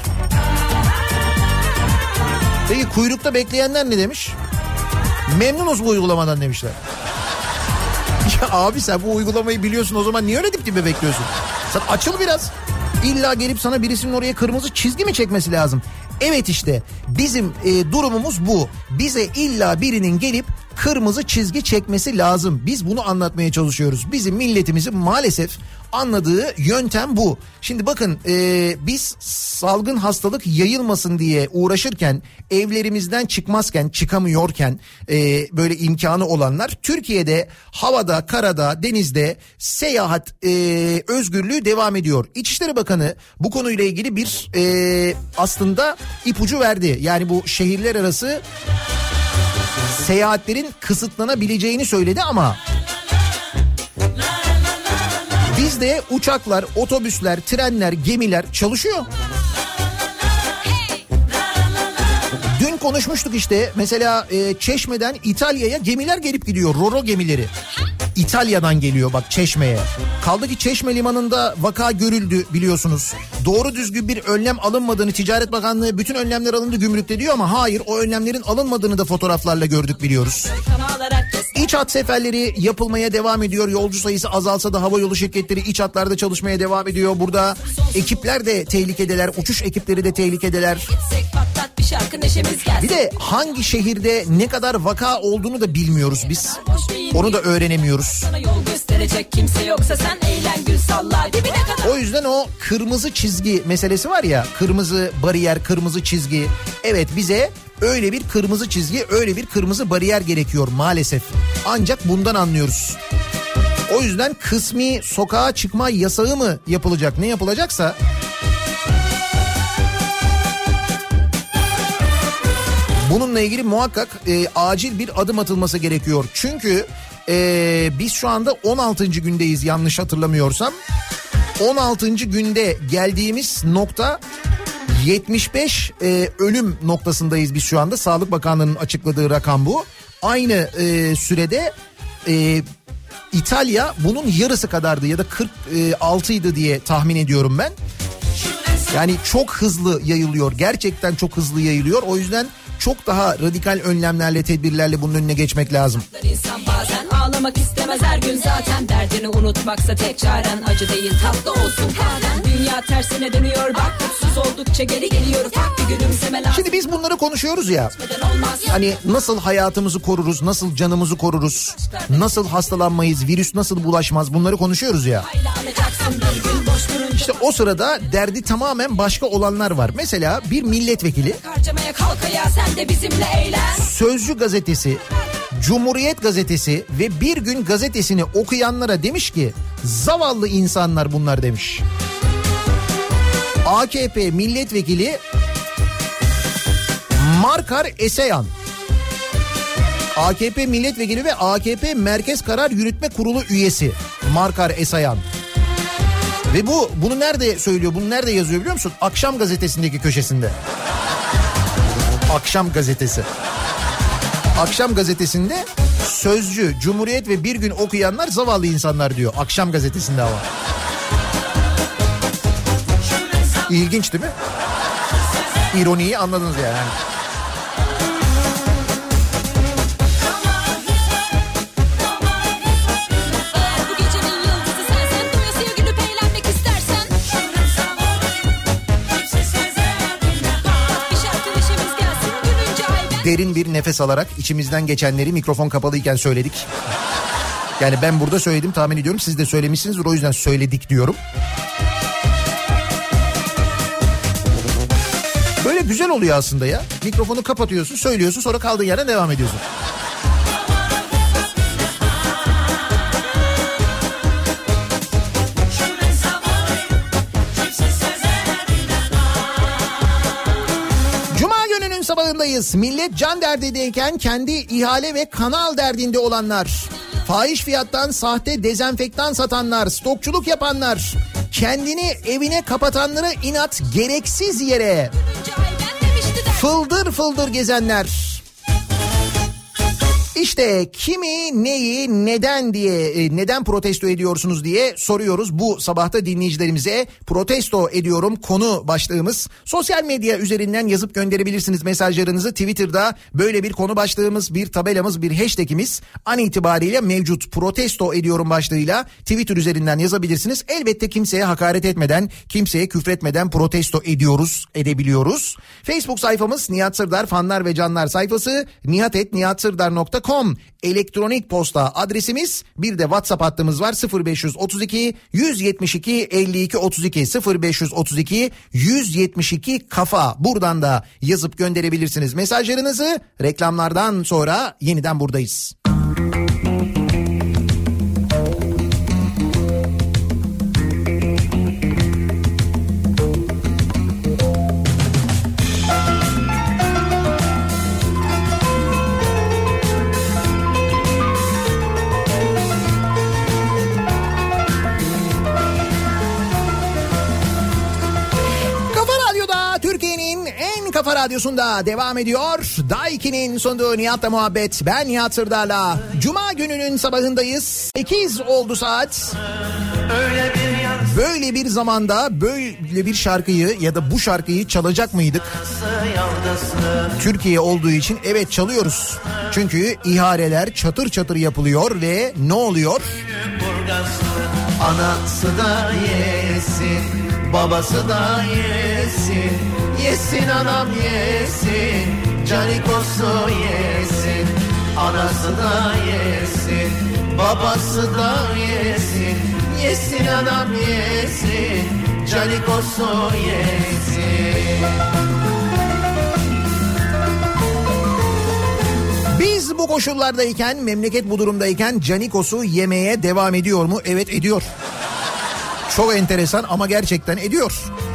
Peki kuyrukta bekleyenler ne demiş? Memnunuz bu uygulamadan demişler. Ya abi sen bu uygulamayı biliyorsun, o zaman niye öyle dip dibe bekliyorsun? Sen açıl biraz. İlla gelip sana birisinin oraya kırmızı çizgi mi çekmesi lazım? Evet, işte bizim durumumuz bu. Bize illa birinin gelip kırmızı çizgi çekmesi lazım. Biz bunu anlatmaya çalışıyoruz. Bizim milletimizin maalesef anladığı yöntem bu. Şimdi bakın biz salgın hastalık yayılmasın diye uğraşırken, evlerimizden çıkamıyorken böyle imkanı olanlar Türkiye'de havada, karada, denizde seyahat özgürlüğü devam ediyor. İçişleri Bakanı bu konuyla ilgili bir aslında ipucu verdi. Yani bu şehirler arası seyahatlerin kısıtlanabileceğini söyledi ama bizde uçaklar, otobüsler, trenler, gemiler çalışıyor. Dün konuşmuştuk işte mesela Çeşme'den İtalya'ya gemiler gelip gidiyor. Roro gemileri. İtalya'dan geliyor bak Çeşme'ye. Kaldı ki Çeşme limanında vaka görüldü biliyorsunuz. Doğru düzgün bir önlem alınmadığını Ticaret Bakanlığı bütün önlemler alındı gümrükte diyor ama hayır, o önlemlerin alınmadığını da fotoğraflarla gördük biliyoruz. İç hat seferleri yapılmaya devam ediyor. Yolcu sayısı azalsa da havayolu şirketleri iç hatlarda çalışmaya devam ediyor. Burada ekipler de tehlikedeler, uçuş ekipleri de tehlikedeler. Bir de hangi şehirde ne kadar vaka olduğunu da bilmiyoruz biz. Onu da öğrenemiyoruz. O yüzden o kırmızı çizgi meselesi var ya, kırmızı bariyer, kırmızı çizgi. Evet, bize öyle bir kırmızı çizgi, öyle bir kırmızı bariyer gerekiyor maalesef. Ancak bundan anlıyoruz. O yüzden kısmi sokağa çıkma yasağı mı yapılacak, ne yapılacaksa... Bununla ilgili muhakkak acil bir adım atılması gerekiyor. Çünkü biz şu anda 16. gündeyiz yanlış hatırlamıyorsam. 16. günde geldiğimiz nokta 75 ölüm noktasındayız biz şu anda. Sağlık Bakanlığı'nın açıkladığı rakam bu. Aynı sürede İtalya bunun yarısı kadardı ya da 46'ydı diye tahmin ediyorum ben. Yani çok hızlı yayılıyor, gerçekten çok hızlı yayılıyor. O yüzden çok daha radikal önlemlerle, tedbirlerle bunun önüne geçmek lazım. İnsan bazen ağlamak istemez her gün zaten. Derdini unutmaksa tek çaren acı değil tatlı olsun kahven. Dünya tersine dönüyor bak, mutsuz oldukça geri geliyor ufak bir gülümseme lazım. Şimdi biz bunları konuşuyoruz ya. Hani nasıl hayatımızı koruruz, nasıl canımızı koruruz, nasıl hastalanmayız, virüs nasıl bulaşmaz, bunları konuşuyoruz ya. İşte o sırada derdi tamamen başka olanlar var. Mesela bir milletvekili Sözcü gazetesi, Cumhuriyet gazetesi ve Bir Gün gazetesini okuyanlara demiş ki zavallı insanlar bunlar demiş. AKP milletvekili Markar Esayan, AKP milletvekili ve AKP Merkez Karar Yürütme Kurulu üyesi Markar Esayan. Ve bunu nerede söylüyor, bunu nerede yazıyor biliyor musun? Akşam gazetesindeki köşesinde. Akşam gazetesi. Akşam gazetesinde Sözcü, Cumhuriyet ve Bir Gün okuyanlar zavallı insanlar diyor. Akşam gazetesinde ama. İlginç değil mi? İroniyi anladınız yani. Derin bir nefes alarak içimizden geçenleri mikrofon kapalıyken söyledik. Yani ben burada söyledim, tahmin ediyorum siz de söylemişsinizdir, o yüzden söyledik diyorum. Böyle güzel oluyor aslında ya. Mikrofonu kapatıyorsun, söylüyorsun, sonra kaldığın yerden devam ediyorsun. Sabahındayız. Millet can derdindeyken kendi ihale ve kanal derdinde olanlar, fahiş fiyattan sahte dezenfektan satanlar, stokçuluk yapanlar, kendini evine kapatanları inat gereksiz yere fıldır fıldır gezenler. İşte kimi, neyi, neden diye, neden protesto ediyorsunuz diye soruyoruz bu sabahta dinleyicilerimize. Protesto ediyorum konu başlığımız. Sosyal medya üzerinden yazıp gönderebilirsiniz mesajlarınızı. Twitter'da böyle bir konu başlığımız, bir tabelamız, bir hashtagimiz an itibariyle mevcut. Protesto ediyorum başlığıyla Twitter üzerinden yazabilirsiniz. Elbette kimseye hakaret etmeden, kimseye küfretmeden protesto edebiliyoruz. Facebook sayfamız Nihat Sırdar fanlar ve canlar sayfası, nihat@nihatsırdar.com. gmail.com elektronik posta adresimiz. Bir de WhatsApp hattımız var 0532 172 52 32 0532 172 kafa. Buradan da yazıp gönderebilirsiniz mesajlarınızı. Reklamlardan sonra yeniden buradayız. Kafa Radyosu'nda devam ediyor. Daiki'nin sunduğu Nihat'la muhabbet. Ben Nihat Sırdar'la. Cuma gününün sabahındayız. 8 oldu saat. Böyle bir zamanda böyle bir şarkıyı ya da bu şarkıyı çalacak mıydık? Türkiye olduğu için evet çalıyoruz. Çünkü ihaleler çatır çatır yapılıyor ve ne oluyor? Anası da yesin, babası da yesin. Yesin anam yesin, canikosu yesin. Anası da yesin, babası da yesin. Yesin anam yesin, canikosu yesin. Biz bu koşullardayken, memleket bu durumdayken canikosu yemeye devam ediyor mu? Evet, ediyor. Çok enteresan ama gerçekten ediyor.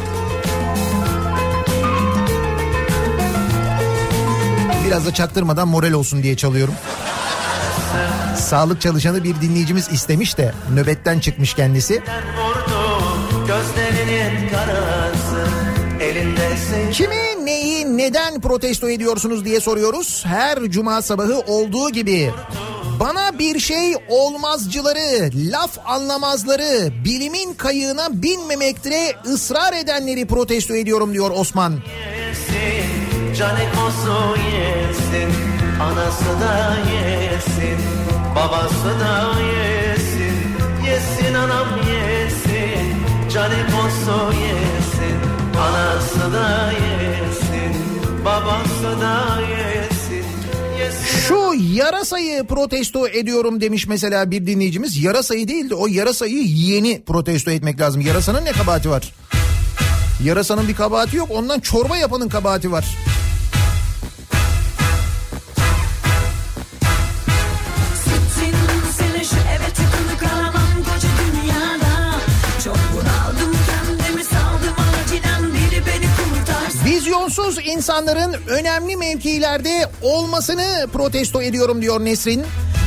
Biraz da çaktırmadan moral olsun diye çalıyorum. Sağlık çalışanı bir dinleyicimiz istemiş de nöbetten çıkmış kendisi. Kimi, neyi, neden protesto ediyorsunuz diye soruyoruz. Her cuma sabahı olduğu gibi. Bana bir şey olmazcıları, laf anlamazları, bilimin kayığına binmemekte ısrar edenleri protesto ediyorum diyor Osman. Canikosu yesin, anası da yesin, babası da yesin. Yesin anam yesin, canikosu yesin, anası da yesin, babası da yesin. Şu yarasayı protesto ediyorum demiş mesela bir dinleyicimiz. Yarasayı değil de o yarasayı yiyeni protesto etmek lazım. Yarasanın ne kabahati var? Yarasanın bir kabahati yok, ondan çorba yapanın kabahati var. Vizyonsuz insanların önemli mevkilerde olmasını protesto ediyorum diyor Nesrin.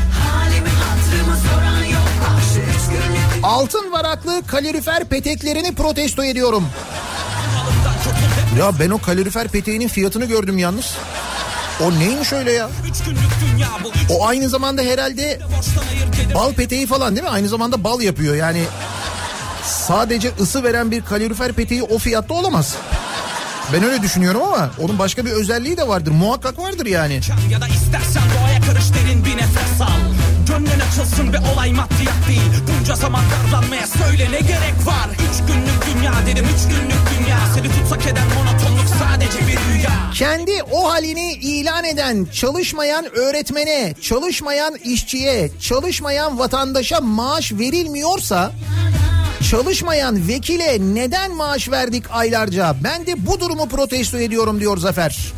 Altın varaklı kalorifer peteklerini protesto ediyorum. Ya ben o kalorifer peteğinin fiyatını gördüm yalnız. O neymiş öyle ya? O aynı zamanda herhalde bal peteği falan değil mi? Aynı zamanda bal yapıyor yani. Sadece ısı veren bir kalorifer peteği o fiyatta olamaz. Ben öyle düşünüyorum ama onun başka bir özelliği de vardır. Muhakkak vardır yani. Ya da istersen doğaya karış, derin bir nefes al. Gönlün açılsın ve olay maddiyat değil. Bunca zaman darlanmaya söyle ne gerek var? 3 günlük dünya dedim, 3 günlük dünya. Seni tutsak eden monotonluk sadece bir rüya. Kendi o halini ilan eden, çalışmayan öğretmene, çalışmayan işçiye, çalışmayan vatandaşa maaş verilmiyorsa... Çalışmayan vekile neden maaş verdik aylarca? Ben de bu durumu protesto ediyorum diyor Zafer.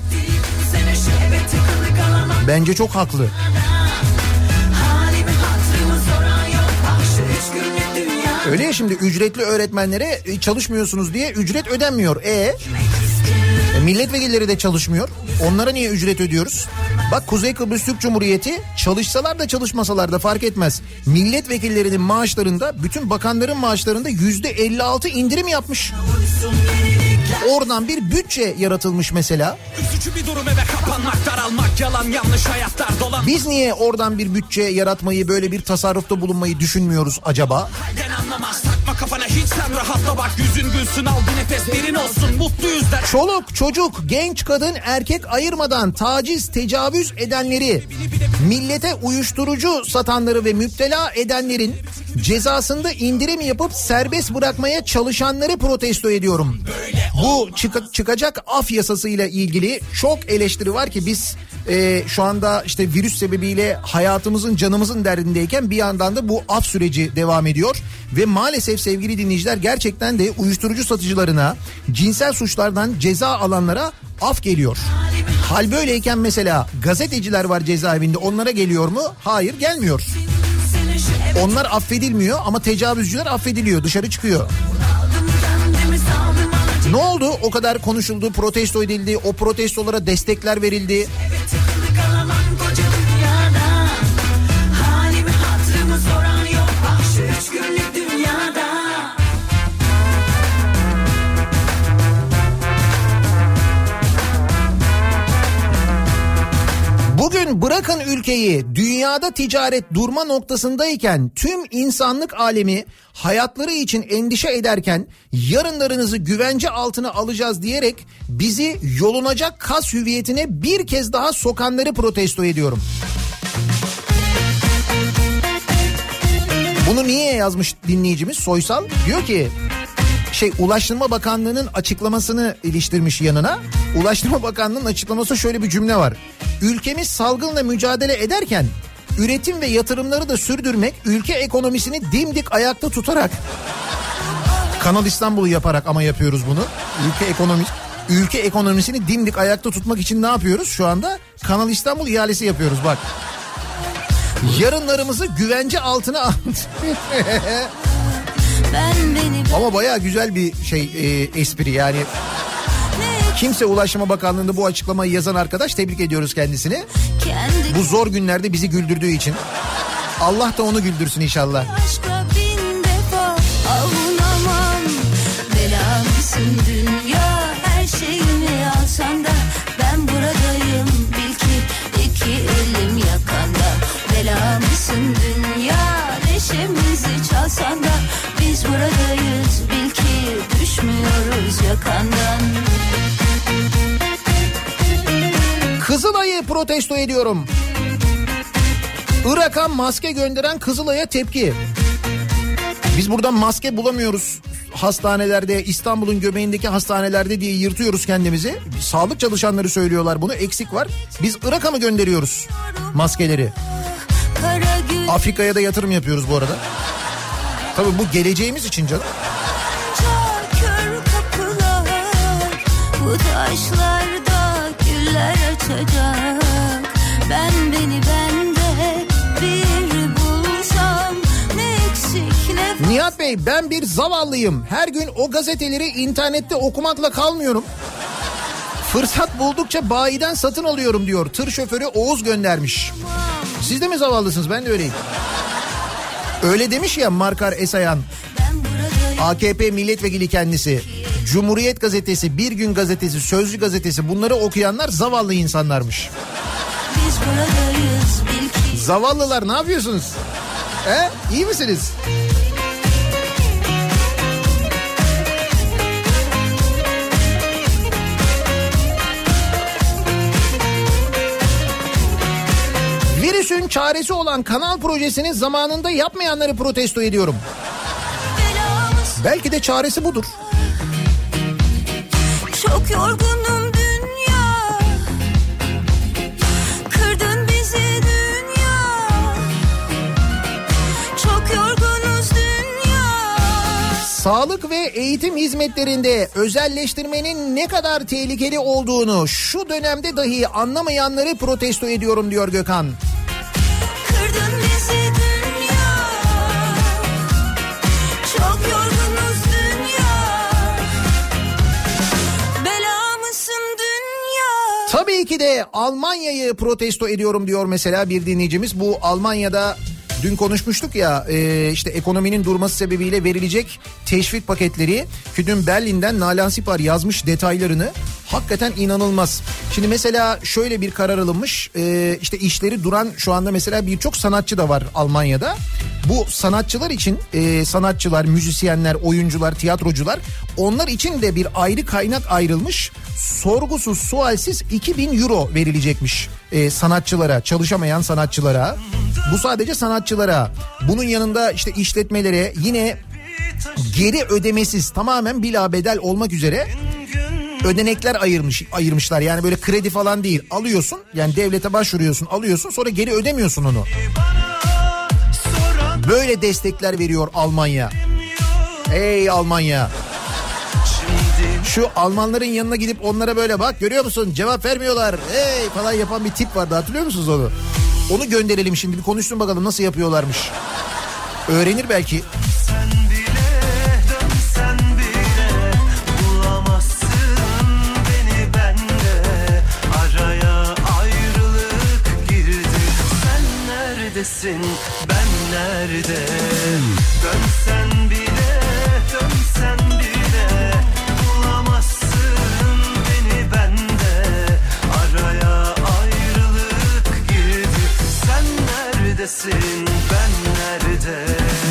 Bence çok haklı. Öyle ya, şimdi ücretli öğretmenlere çalışmıyorsunuz diye ücret ödenmiyor. Milletvekilleri de çalışmıyor. Onlara niye ücret ödüyoruz? Bak Kuzey Kıbrıs Türk Cumhuriyeti çalışsalar da çalışmasalar da fark etmez. Milletvekillerinin maaşlarında, bütün bakanların maaşlarında %56 indirim yapmış. Oradan bir bütçe yaratılmış mesela. Bir durum, eve kapanmak, daralmak, yalan yanlış hayatlar dolan. Biz niye oradan bir bütçe yaratmayı, böyle bir tasarrufta bulunmayı düşünmüyoruz acaba? kafana hiç sen rahatla bak. Yüzün gülsün al bir nefes derin olsun. Mutluyuz der. Çoluk çocuk genç kadın erkek ayırmadan taciz tecavüz edenleri, millete uyuşturucu satanları ve müptela edenlerin cezasında indirim yapıp serbest bırakmaya çalışanları protesto ediyorum. Bu çıkacak af yasasıyla ilgili çok eleştiri var ki biz şu anda işte virüs sebebiyle hayatımızın canımızın derdindeyken bir yandan da bu af süreci devam ediyor. Ve maalesef sevgili dinleyiciler gerçekten de uyuşturucu satıcılarına, cinsel suçlardan ceza alanlara af geliyor. Hal böyleyken mesela gazeteciler var cezaevinde, onlara geliyor mu? Hayır, gelmiyor. Onlar affedilmiyor ama tecavüzcüler affediliyor, dışarı çıkıyor. Ne oldu? O kadar konuşuldu, protesto edildi, o protestolara destekler verildi. Bugün bırakın ülkeyi, dünyada ticaret durma noktasındayken tüm insanlık alemi hayatları için endişe ederken yarınlarınızı güvence altına alacağız diyerek bizi yolunacak kas hüviyetine bir kez daha sokanları protesto ediyorum. Bunu niye yazmış dinleyicimiz Soysal? Diyor ki Ulaştırma Bakanlığı'nın açıklamasını iliştirmiş yanına. Ulaştırma Bakanlığı'nın açıklaması şöyle bir cümle var. Ülkemiz salgınla mücadele ederken üretim ve yatırımları da sürdürmek, ülke ekonomisini dimdik ayakta tutarak, Kanal İstanbul'u yaparak ama yapıyoruz bunu. Ülke ekonomisini dimdik ayakta tutmak için ne yapıyoruz şu anda? Kanal İstanbul ihalesi yapıyoruz bak. Yarınlarımızı güvence altına aldık. Ama bayağı güzel bir espri yani. Kimse Ulaştırma Bakanlığı'nda bu açıklamayı yazan arkadaş, tebrik ediyoruz kendisini. Bu zor günlerde bizi güldürdüğü için. Allah da onu güldürsün inşallah. Dünya her şeyimi alsan da ben buradayım, bil ki iki elim yakanda. Bela mısın dünya, neşemizi çalsan da biz buradayız, bil ki düşmüyoruz yakandan. Kızılay'ı protesto ediyorum. Irak'a maske gönderen Kızılay'a tepki. Biz buradan maske bulamıyoruz hastanelerde, İstanbul'un göbeğindeki hastanelerde diye yırtıyoruz kendimizi. Sağlık çalışanları söylüyorlar bunu, eksik var. Biz Irak'a mı gönderiyoruz maskeleri? Afrika'ya da yatırım yapıyoruz bu arada. Tabii bu geleceğimiz için canım. Bu taşlarda güller açacak. Beni bende bir bulsam ne eksik ne... Nihat Bey, ben bir zavallıyım. Her gün o gazeteleri internette okumakla kalmıyorum. Fırsat buldukça bayiden satın alıyorum diyor. Tır şoförü Oğuz göndermiş. Siz de mi zavallısınız? Ben de öyleyim. Öyle demiş ya Markar Esayan. AKP milletvekili kendisi. Cumhuriyet gazetesi, Bir Gün gazetesi, Sözcü gazetesi, bunları okuyanlar zavallı insanlarmış. Zavallılar ne yapıyorsunuz? İyi misiniz? Virüsün çaresi olan Kanal projesini zamanında yapmayanları protesto ediyorum. Belki de çaresi budur. Çok yorgunum dünya, kırdın bizi dünya, çok yorgunuz dünya. Sağlık ve eğitim hizmetlerinde özelleştirmenin ne kadar tehlikeli olduğunu şu dönemde dahi anlamayanları protesto ediyorum diyor Gökhan. Kırdın bizi dünya, çok yorgunuz dünya, bela mısın dünya. Tabii ki de Almanya'yı protesto ediyorum diyor mesela bir dinleyicimiz. Bu Almanya'da Dün konuşmuştuk ya işte ekonominin durması sebebiyle verilecek teşvik paketleri. Ki dün Berlin'den Nalan Sipar yazmış detaylarını. Hakikaten inanılmaz. Şimdi mesela şöyle bir karar alınmış. İşte işleri duran şu anda mesela birçok sanatçı da var Almanya'da. Bu sanatçılar için sanatçılar, müzisyenler, oyuncular, tiyatrocular, onlar için de bir ayrı kaynak ayrılmış. Sorgusuz sualsiz 2.000 euro verilecekmiş sanatçılara, çalışamayan sanatçılara. Bu sadece sanatçılara. Bunun yanında işte işletmelere yine geri ödemesiz, tamamen bilabedel olmak üzere ödenekler ayırmışlar. Yani böyle kredi falan değil, alıyorsun yani devlete başvuruyorsun, alıyorsun, sonra geri ödemiyorsun onu. Böyle destekler veriyor Almanya. Ey Almanya. Şu Almanların yanına gidip onlara böyle bak görüyor musun cevap vermiyorlar hey falan yapan bir tip vardı, hatırlıyor musunuz onu? Onu gönderelim şimdi, bir konuşsun bakalım nasıl yapıyorlarmış. Öğrenir belki. Ben nerede? Dönsen bile, dönsen bile bulamazsın beni bende. Araya ayrılık girdi. Sen neredesin? Ben nerede?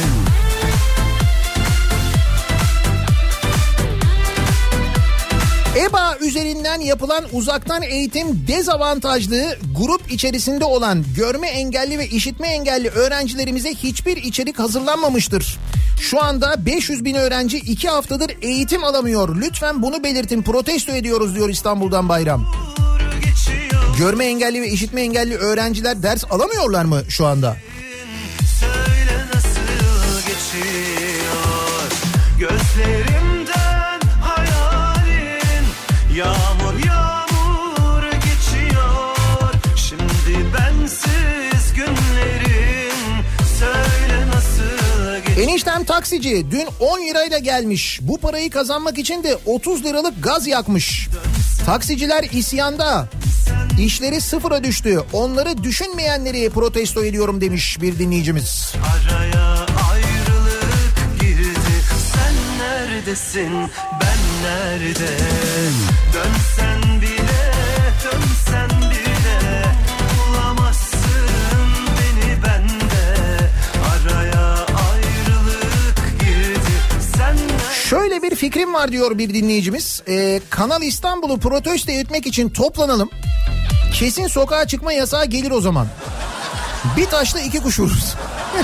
EBA üzerinden yapılan uzaktan eğitim dezavantajlı, grup içerisinde olan görme engelli ve işitme engelli öğrencilerimize hiçbir içerik hazırlanmamıştır. Şu anda 500 bin öğrenci 2 haftadır eğitim alamıyor. Lütfen bunu belirtin, protesto ediyoruz diyor İstanbul'dan Bayram. Görme engelli ve işitme engelli öğrenciler ders alamıyorlar mı şu anda? Söyle nasıl geçiyor gözlerimden hayalin. Yağmur yağmur geçiyor şimdi bensiz günlerim. Söyle nasıl geçiyor. Eniştem taksici, dün 10 lirayla gelmiş. Bu parayı kazanmak için de 30 liralık gaz yakmış. Taksiciler isyanda. İşleri sıfıra düştü. Onları düşünmeyenleri protesto ediyorum demiş bir dinleyicimiz. Araya ayrılık girdi. Sen neredesin? Ben nerede? Dönsen bile, dönsen bile bulamazsın beni bende. Araya ayrılık girdi. Sen Şöyle bir fikrim var diyor bir dinleyicimiz. Kanal İstanbul'u protesto etmek için toplanalım. Kesin sokağa çıkma yasağı gelir o zaman. Bir taşla 2 kuş vururuz.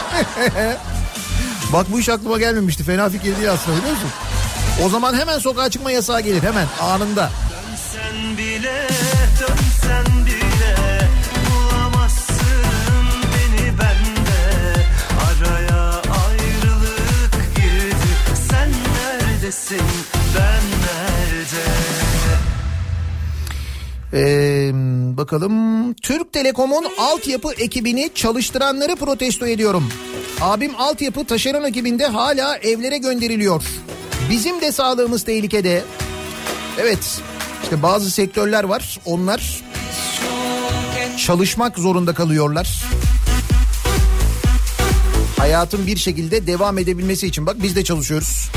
Bak bu iş aklıma gelmemişti. Fena fikir değil aslında, biliyor musun? O zaman hemen sokağa çıkma yasağı gelir, hemen anında. dönsen bile, dönsen bile bulamazsın beni bende. Araya ayrılık girdi. Sen neredesin? Ben nerede? Bakalım. Türk Telekom'un altyapı ekibini çalıştıranları protesto ediyorum. Abim altyapı taşeron ekibinde hala evlere gönderiliyor. Bizim de sağlığımız tehlikede. Evet, işte bazı sektörler var, onlar çalışmak zorunda kalıyorlar. Hayatın bir şekilde devam edebilmesi için. Bak biz de çalışıyoruz.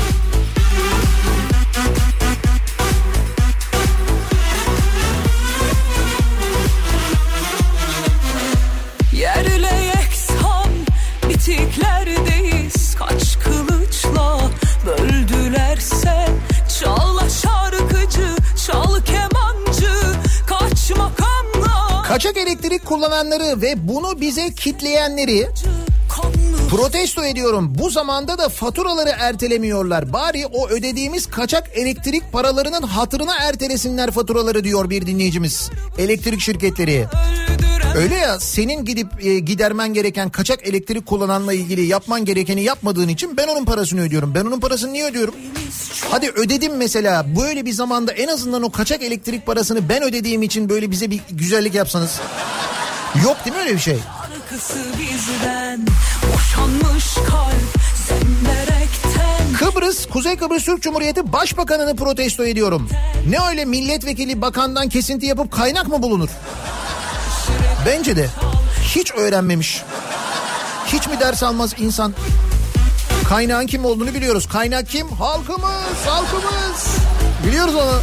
Yerle yeksan bitiklerdeyiz. Kaç kılıçla böldülerse. Çal şarkıcı, çal kemancı, kaç makamla. Kaçak elektrik kullananları ve bunu bize kitleyenleri protesto ediyorum. Bu zamanda da faturaları ertelemiyorlar. Bari o ödediğimiz kaçak elektrik paralarının hatırına ertelesinler faturaları diyor bir dinleyicimiz. Elektrik şirketleri. Öyle ya, senin gidip gidermen gereken kaçak elektrik kullananla ilgili yapman gerekeni yapmadığın için ben onun parasını ödüyorum. Ben onun parasını niye ödüyorum? Hadi ödedim mesela, böyle bir zamanda en azından o kaçak elektrik parasını ben ödediğim için böyle bize bir güzellik yapsanız. Yok değil mi öyle bir şey? Bizden boşanmış kalp senderekten. Kıbrıs, Kuzey Kıbrıs Türk Cumhuriyeti Başbakanını protesto ediyorum. Ne öyle milletvekili bakandan kesinti yapıp kaynak mı bulunur? Bence de hiç öğrenmemiş. Hiç mi ders almaz insan? Kaynağın kim olduğunu biliyoruz. Kaynak kim? Halkımız, halkımız. Biliyoruz onu.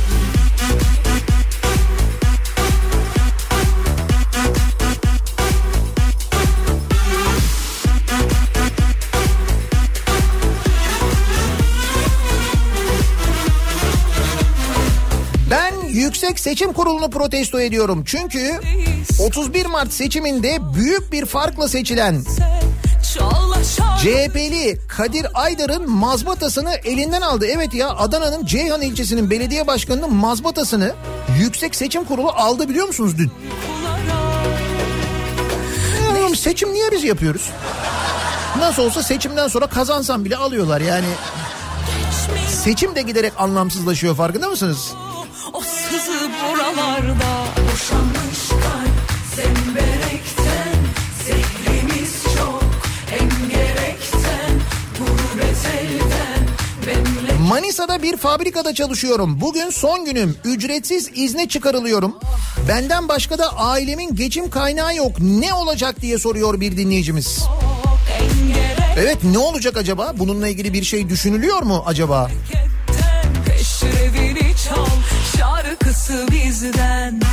Ben Yüksek Seçim Kurulu'nu protesto ediyorum. Çünkü 31 Mart seçiminde büyük bir farkla seçilen CHP'li Kadir Aydar'ın mazbatasını elinden aldı. Evet ya, Adana'nın Ceyhan ilçesinin belediye başkanının mazbatasını Yüksek Seçim Kurulu aldı, biliyor musunuz dün? Seçim niye biz yapıyoruz? Nasıl olsa seçimden sonra kazansam bile alıyorlar yani. Seçim de giderek anlamsızlaşıyor, farkında mısınız? O sızı buralarda boşanmış kalp zemberekten, zehrimiz çok engerekten, gurbet elden memleket. Manisa'da bir fabrikada çalışıyorum. Bugün son günüm. Ücretsiz izne çıkarılıyorum. Benden başka da ailemin geçim kaynağı yok. Ne olacak diye soruyor bir dinleyicimiz. Evet, ne olacak acaba? Bununla ilgili bir şey düşünülüyor mu acaba? Peşrevini çal, şarkısı bizden.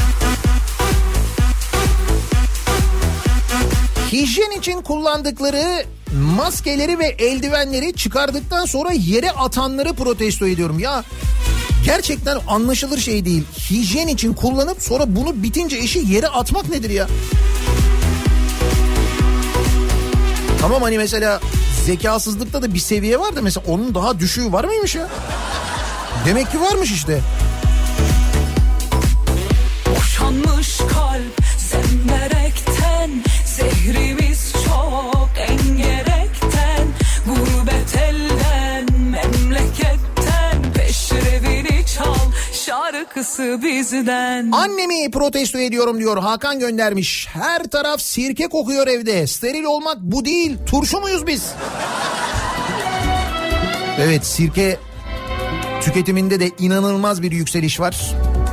Hijyen için kullandıkları maskeleri ve eldivenleri çıkardıktan sonra yere atanları protesto ediyorum. Ya gerçekten anlaşılır şey değil. Hijyen için kullanıp sonra bunu bitince işi yere atmak nedir ya? Tamam, hani mesela zekasızlıkta da bir seviye var da mesela onun daha düşüğü var mıymış ya? Demek ki varmış işte. Boşanmış kalp zemberekten, zehrimiz çok engerekten, gurbet elden memleketten, peşrevini çal, şarkısı bizden. Annemi protesto ediyorum diyor, Hakan göndermiş. Her taraf sirke kokuyor evde. Steril olmak bu değil. Turşu muyuz biz? Evet, sirke tüketiminde de inanılmaz bir yükseliş var.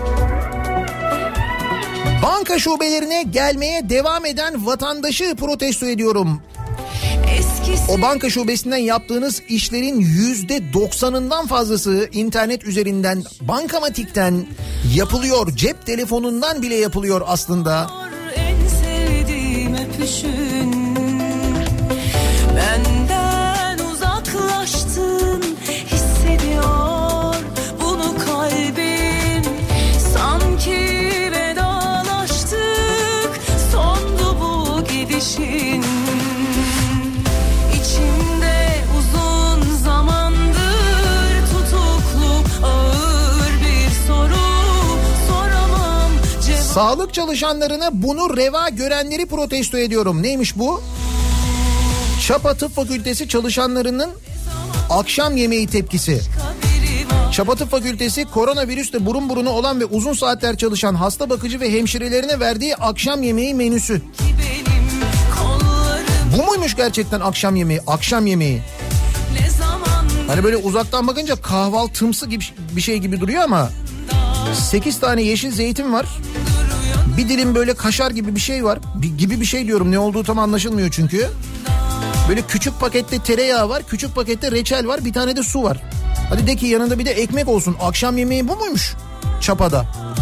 Banka şubelerine gelmeye devam eden vatandaşı protesto ediyorum. O banka şubesinden yaptığınız işlerin %90'ından fazlası internet üzerinden, bankamatikten yapılıyor. Cep telefonundan bile yapılıyor aslında. En sevdiğim öpüşün, benden uzaklaştın, hissediyor bunu kalbim. Sanki vedalaştık, sondu bu gidişin. Sağlık çalışanlarına bunu reva görenleri protesto ediyorum. Neymiş bu? Çapa Tıp Fakültesi çalışanlarının akşam yemeği tepkisi. Çapa Tıp Fakültesi koronavirüsle burun buruna olan ve uzun saatler çalışan hasta bakıcı ve hemşirelerine verdiği akşam yemeği menüsü. Bu muymuş gerçekten akşam yemeği? Akşam yemeği. Hani böyle uzaktan bakınca kahvaltımsı gibi bir şey gibi duruyor ama 8 tane yeşil zeytin var. Bir dilim böyle kaşar gibi bir şey var. Gibi bir şey diyorum, ne olduğu tam anlaşılmıyor çünkü. Böyle küçük pakette tereyağı var, küçük pakette reçel var, bir tane de su var. Hadi de ki yanında bir de ekmek olsun. Akşam yemeği bu muymuş Çapa'da?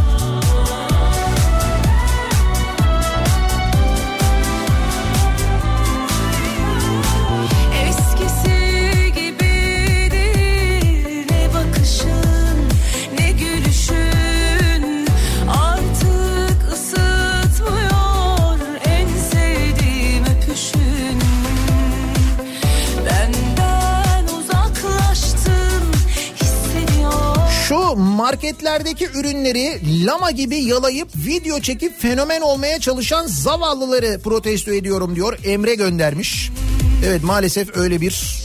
Marketlerdeki ürünleri lama gibi yalayıp video çekip fenomen olmaya çalışan zavallıları protesto ediyorum diyor. Emre göndermiş. Evet, maalesef öyle bir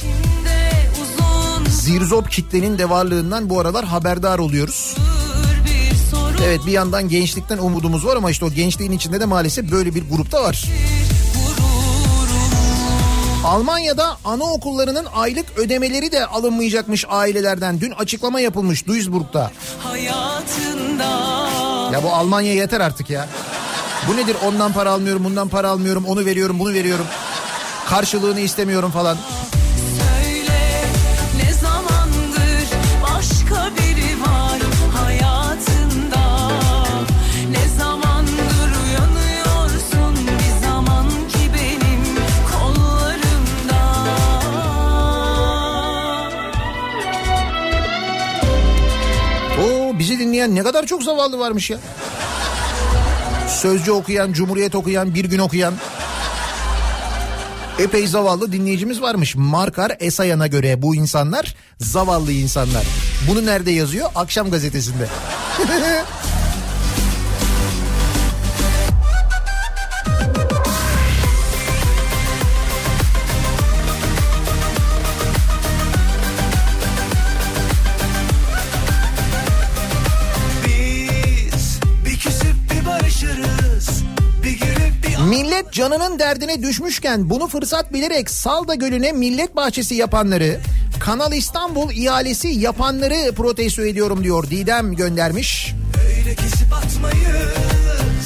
zirzop kitlenin de varlığından bu aralar haberdar oluyoruz. Evet, bir yandan gençlikten umudumuz var ama işte o gençliğin içinde de maalesef böyle bir grupta var. Almanya'da anaokullarının aylık ödemeleri de alınmayacakmış ailelerden. Dün açıklama yapılmış Duisburg'da. Ya bu Almanya yeter artık ya. Bu nedir? Ondan para almıyorum, bundan para almıyorum, onu veriyorum, bunu veriyorum. karşılığını istemiyorum falan. Söyle ne zamandır başka biri var hayatında? Ne zamandır uyanıyorsun bir zaman ki benim kollarımda? Oo, bizi dinleyen ne kadar çok zavallı varmış ya. Sözcü okuyan, Cumhuriyet okuyan, Bir Gün okuyan. Epey zavallı dinleyicimiz varmış. Markar Esayan'a göre bu insanlar zavallı insanlar. Bunu nerede yazıyor? Akşam gazetesinde. Millet canının derdine düşmüşken bunu fırsat bilerek Salda Gölü'ne millet bahçesi yapanları, Kanal İstanbul ihalesi yapanları protesto ediyorum diyor. Didem göndermiş. Öyle kesip atmayız.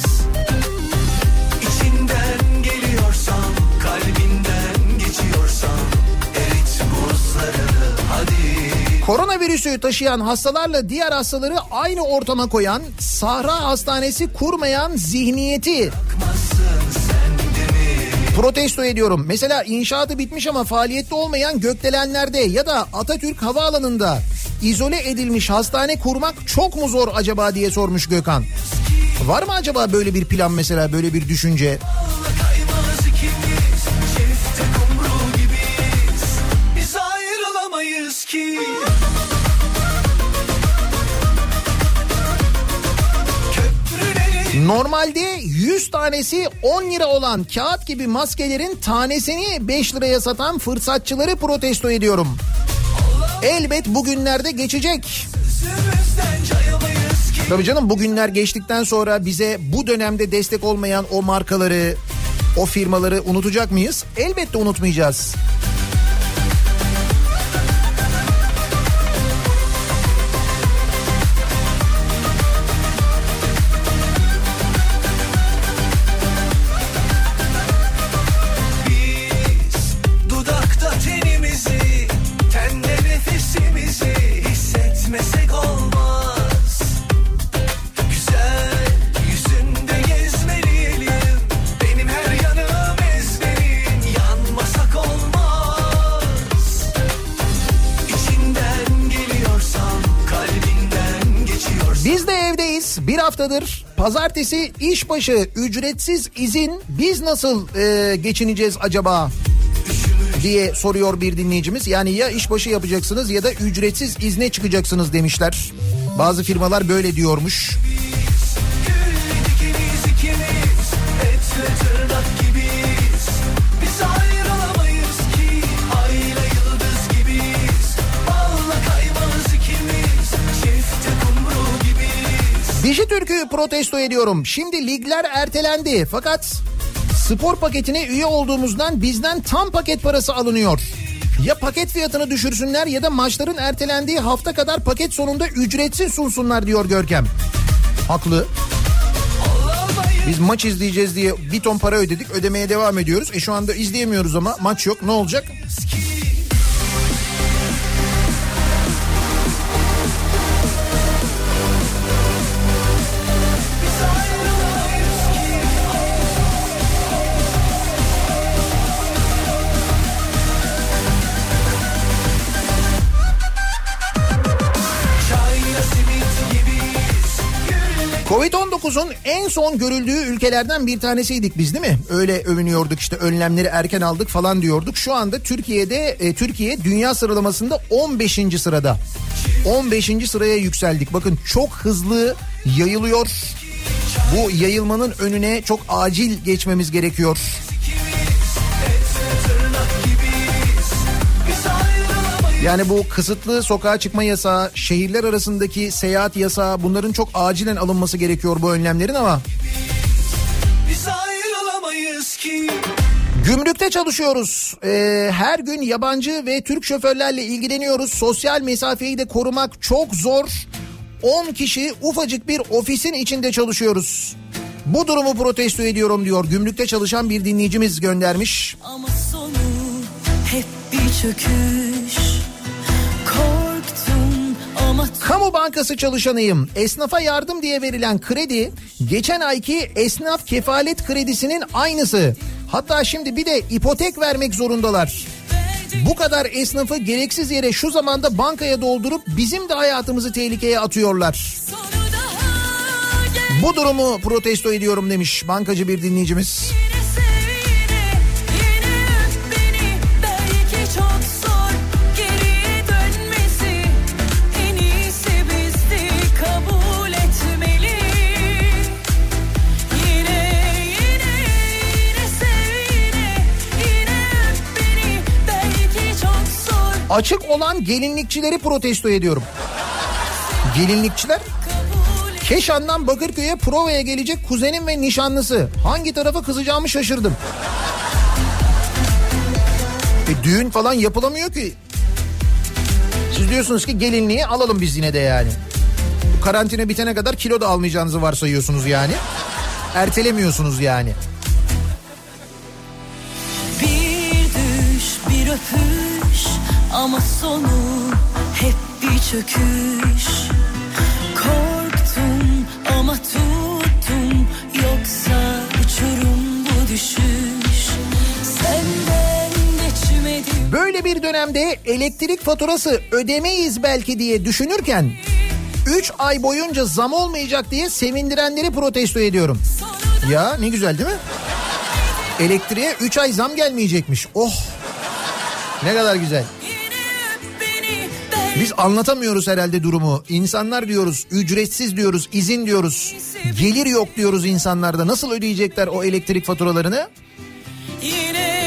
İçinden geliyorsan, kalbinden geçiyorsan, erit buzları hadi. Koronavirüsü taşıyan hastalarla diğer hastaları aynı ortama koyan, Sahra Hastanesi kurmayan zihniyeti protesto ediyorum. Mesela inşaatı bitmiş ama faaliyette olmayan gökdelenlerde ya da Atatürk Havaalanı'nda izole edilmiş hastane kurmak çok mu zor acaba diye sormuş Gökhan. Var mı acaba böyle bir plan, mesela böyle bir düşünce? Biz ayrılamayız ki. Normalde 100 tanesi 10 lira olan kağıt gibi maskelerin tanesini 5 liraya satan fırsatçıları protesto ediyorum. Elbet bugünlerde geçecek. Tabii canım, bugünler geçtikten sonra bize bu dönemde destek olmayan o markaları, o firmaları unutacak mıyız? Elbette unutmayacağız. Bir haftadır pazartesi işbaşı ücretsiz izin, biz nasıl geçineceğiz acaba diye soruyor bir dinleyicimiz. Yani ya işbaşı yapacaksınız ya da ücretsiz izne çıkacaksınız demişler. Bazı firmalar böyle diyormuş. Dijitürk'ü protesto ediyorum. Şimdi ligler ertelendi fakat spor paketine üye olduğumuzdan bizden tam paket parası alınıyor. Ya paket fiyatını düşürsünler ya da maçların ertelendiği hafta kadar paket sonunda ücretsiz sunsunlar diyor Görkem. Haklı. Biz maç izleyeceğiz diye bir ton para ödedik, ödemeye devam ediyoruz. Şu anda izleyemiyoruz ama maç yok, ne olacak? Covid-19'un en son görüldüğü ülkelerden bir tanesiydik biz, değil mi? Öyle övünüyorduk, işte önlemleri erken aldık falan diyorduk. Şu anda Türkiye dünya sıralamasında 15. sırada. 15. sıraya yükseldik. Bakın çok hızlı yayılıyor. Bu yayılmanın önüne çok acil geçmemiz gerekiyor. Yani bu kısıtlı sokağa çıkma yasağı, şehirler arasındaki seyahat yasağı, bunların çok acilen alınması gerekiyor, bu önlemlerin, ama biz ayrılamayız ki. Gümrükte çalışıyoruz. Her gün yabancı ve Türk şoförlerle ilgileniyoruz. Sosyal mesafeyi de korumak çok zor. 10 kişi ufacık bir ofisin içinde çalışıyoruz. Bu durumu protesto ediyorum diyor. Gümrükte çalışan bir dinleyicimiz göndermiş. Ama sonu hep bir çöküş. Korktum ama... Kamu bankası çalışanıyım. Esnafa yardım diye verilen kredi geçen ayki esnaf kefalet kredisinin aynısı. Hatta şimdi bir de ipotek vermek zorundalar. Bu kadar esnafı gereksiz yere şu zamanda bankaya doldurup bizim de hayatımızı tehlikeye atıyorlar. Bu durumu protesto ediyorum demiş bankacı bir dinleyicimiz. Açık olan gelinlikçileri protesto ediyorum. Gelinlikçiler? Keşan'dan Bakırköy'e provaya gelecek kuzenim ve nişanlısı. Hangi tarafa kızacağımı şaşırdım. Düğün falan yapılamıyor ki. Siz diyorsunuz ki gelinliği alalım biz yine de yani. Bu karantina bitene kadar kilo da almayacağınızı varsayıyorsunuz yani. Ertelemiyorsunuz yani. Bir düş, bir öpüş ama sonu hep bir çöküş. Korktum ama tuttum, yoksa uçurum bu düşüş. Senden geçmedim. Böyle bir dönemde elektrik faturası ödemeyiz belki diye düşünürken 3 ay boyunca zam olmayacak diye sevindirenleri protesto ediyorum. Ya ne güzel değil mi? Elektriğe 3 ay zam gelmeyecekmiş. Oh! Ne kadar güzel. Biz anlatamıyoruz herhalde durumu. İnsanlar diyoruz, ücretsiz diyoruz, izin diyoruz. Gelir yok diyoruz insanlarda. Nasıl ödeyecekler o elektrik faturalarını? Yine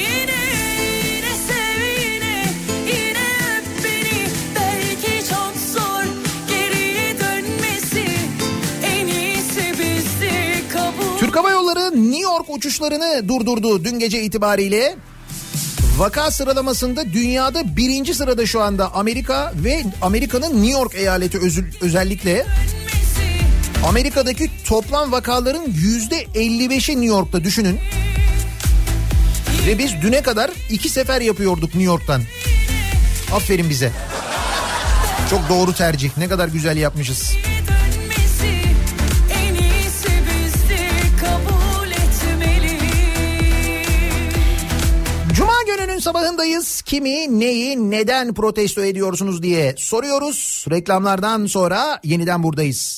sev, yine öp beni. Belki çok zor geriye dönmesi. En iyisi bizde kabul. Türk Hava Yolları New York uçuşlarını durdurdu dün gece itibariyle. Vaka sıralamasında dünyada 1. sırada şu anda Amerika ve Amerika'nın New York eyaleti özellikle. Amerika'daki toplam vakaların %55'i New York'ta, düşünün. Ve biz düne kadar 2 sefer yapıyorduk New York'tan. Aferin bize. Çok doğru tercih. Ne kadar güzel yapmışız. Sabahındayız. Kimi, neyi, neden protesto ediyorsunuz diye soruyoruz. Reklamlardan sonra yeniden buradayız.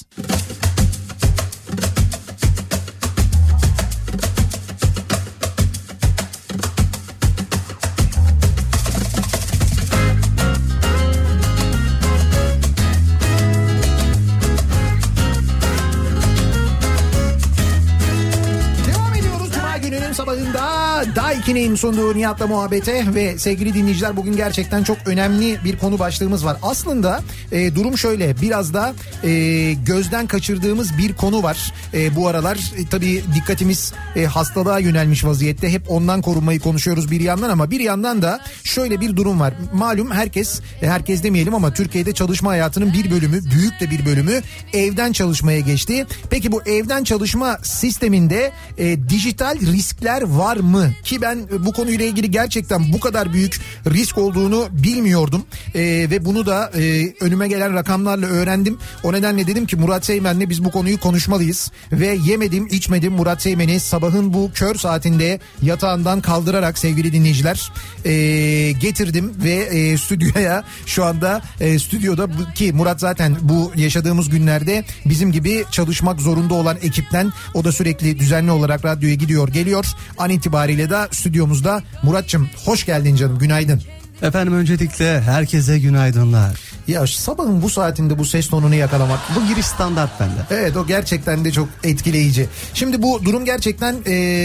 Daiki'nin sunduğu Nihat'la muhabbete ve sevgili dinleyiciler, bugün gerçekten çok önemli bir konu başlığımız var. Aslında durum şöyle, biraz da gözden kaçırdığımız bir konu var. Bu aralar tabii dikkatimiz hastalığa yönelmiş vaziyette. Hep ondan korunmayı konuşuyoruz bir yandan, ama bir yandan da şöyle bir durum var. Malum herkes demeyelim ama Türkiye'de çalışma hayatının bir bölümü, büyük de bir bölümü evden çalışmaya geçti. Peki bu evden çalışma sisteminde dijital riskler var mı? Ki ben bu konuyla ilgili gerçekten bu kadar büyük risk olduğunu bilmiyordum. Ve bunu da önüme gelen rakamlarla öğrendim. O nedenle dedim ki Murat Seymen'le biz bu konuyu konuşmalıyız. Ve yemedim içmedim, Murat Seymen'i sabahın bu kör saatinde yatağından kaldırarak sevgili dinleyiciler getirdim ve stüdyoya, şu anda stüdyoda, ki Murat zaten bu yaşadığımız günlerde bizim gibi çalışmak zorunda olan ekipten, o da sürekli düzenli olarak radyoya gidiyor geliyor. An itibariyle de stüdyomuzda. Murat'cığım hoş geldin canım, günaydın. Efendim öncelikle herkese günaydınlar. Ya sabahın bu saatinde bu ses tonunu yakalamak, bu giriş standart bende. Evet, o gerçekten de çok etkileyici. Şimdi bu durum gerçekten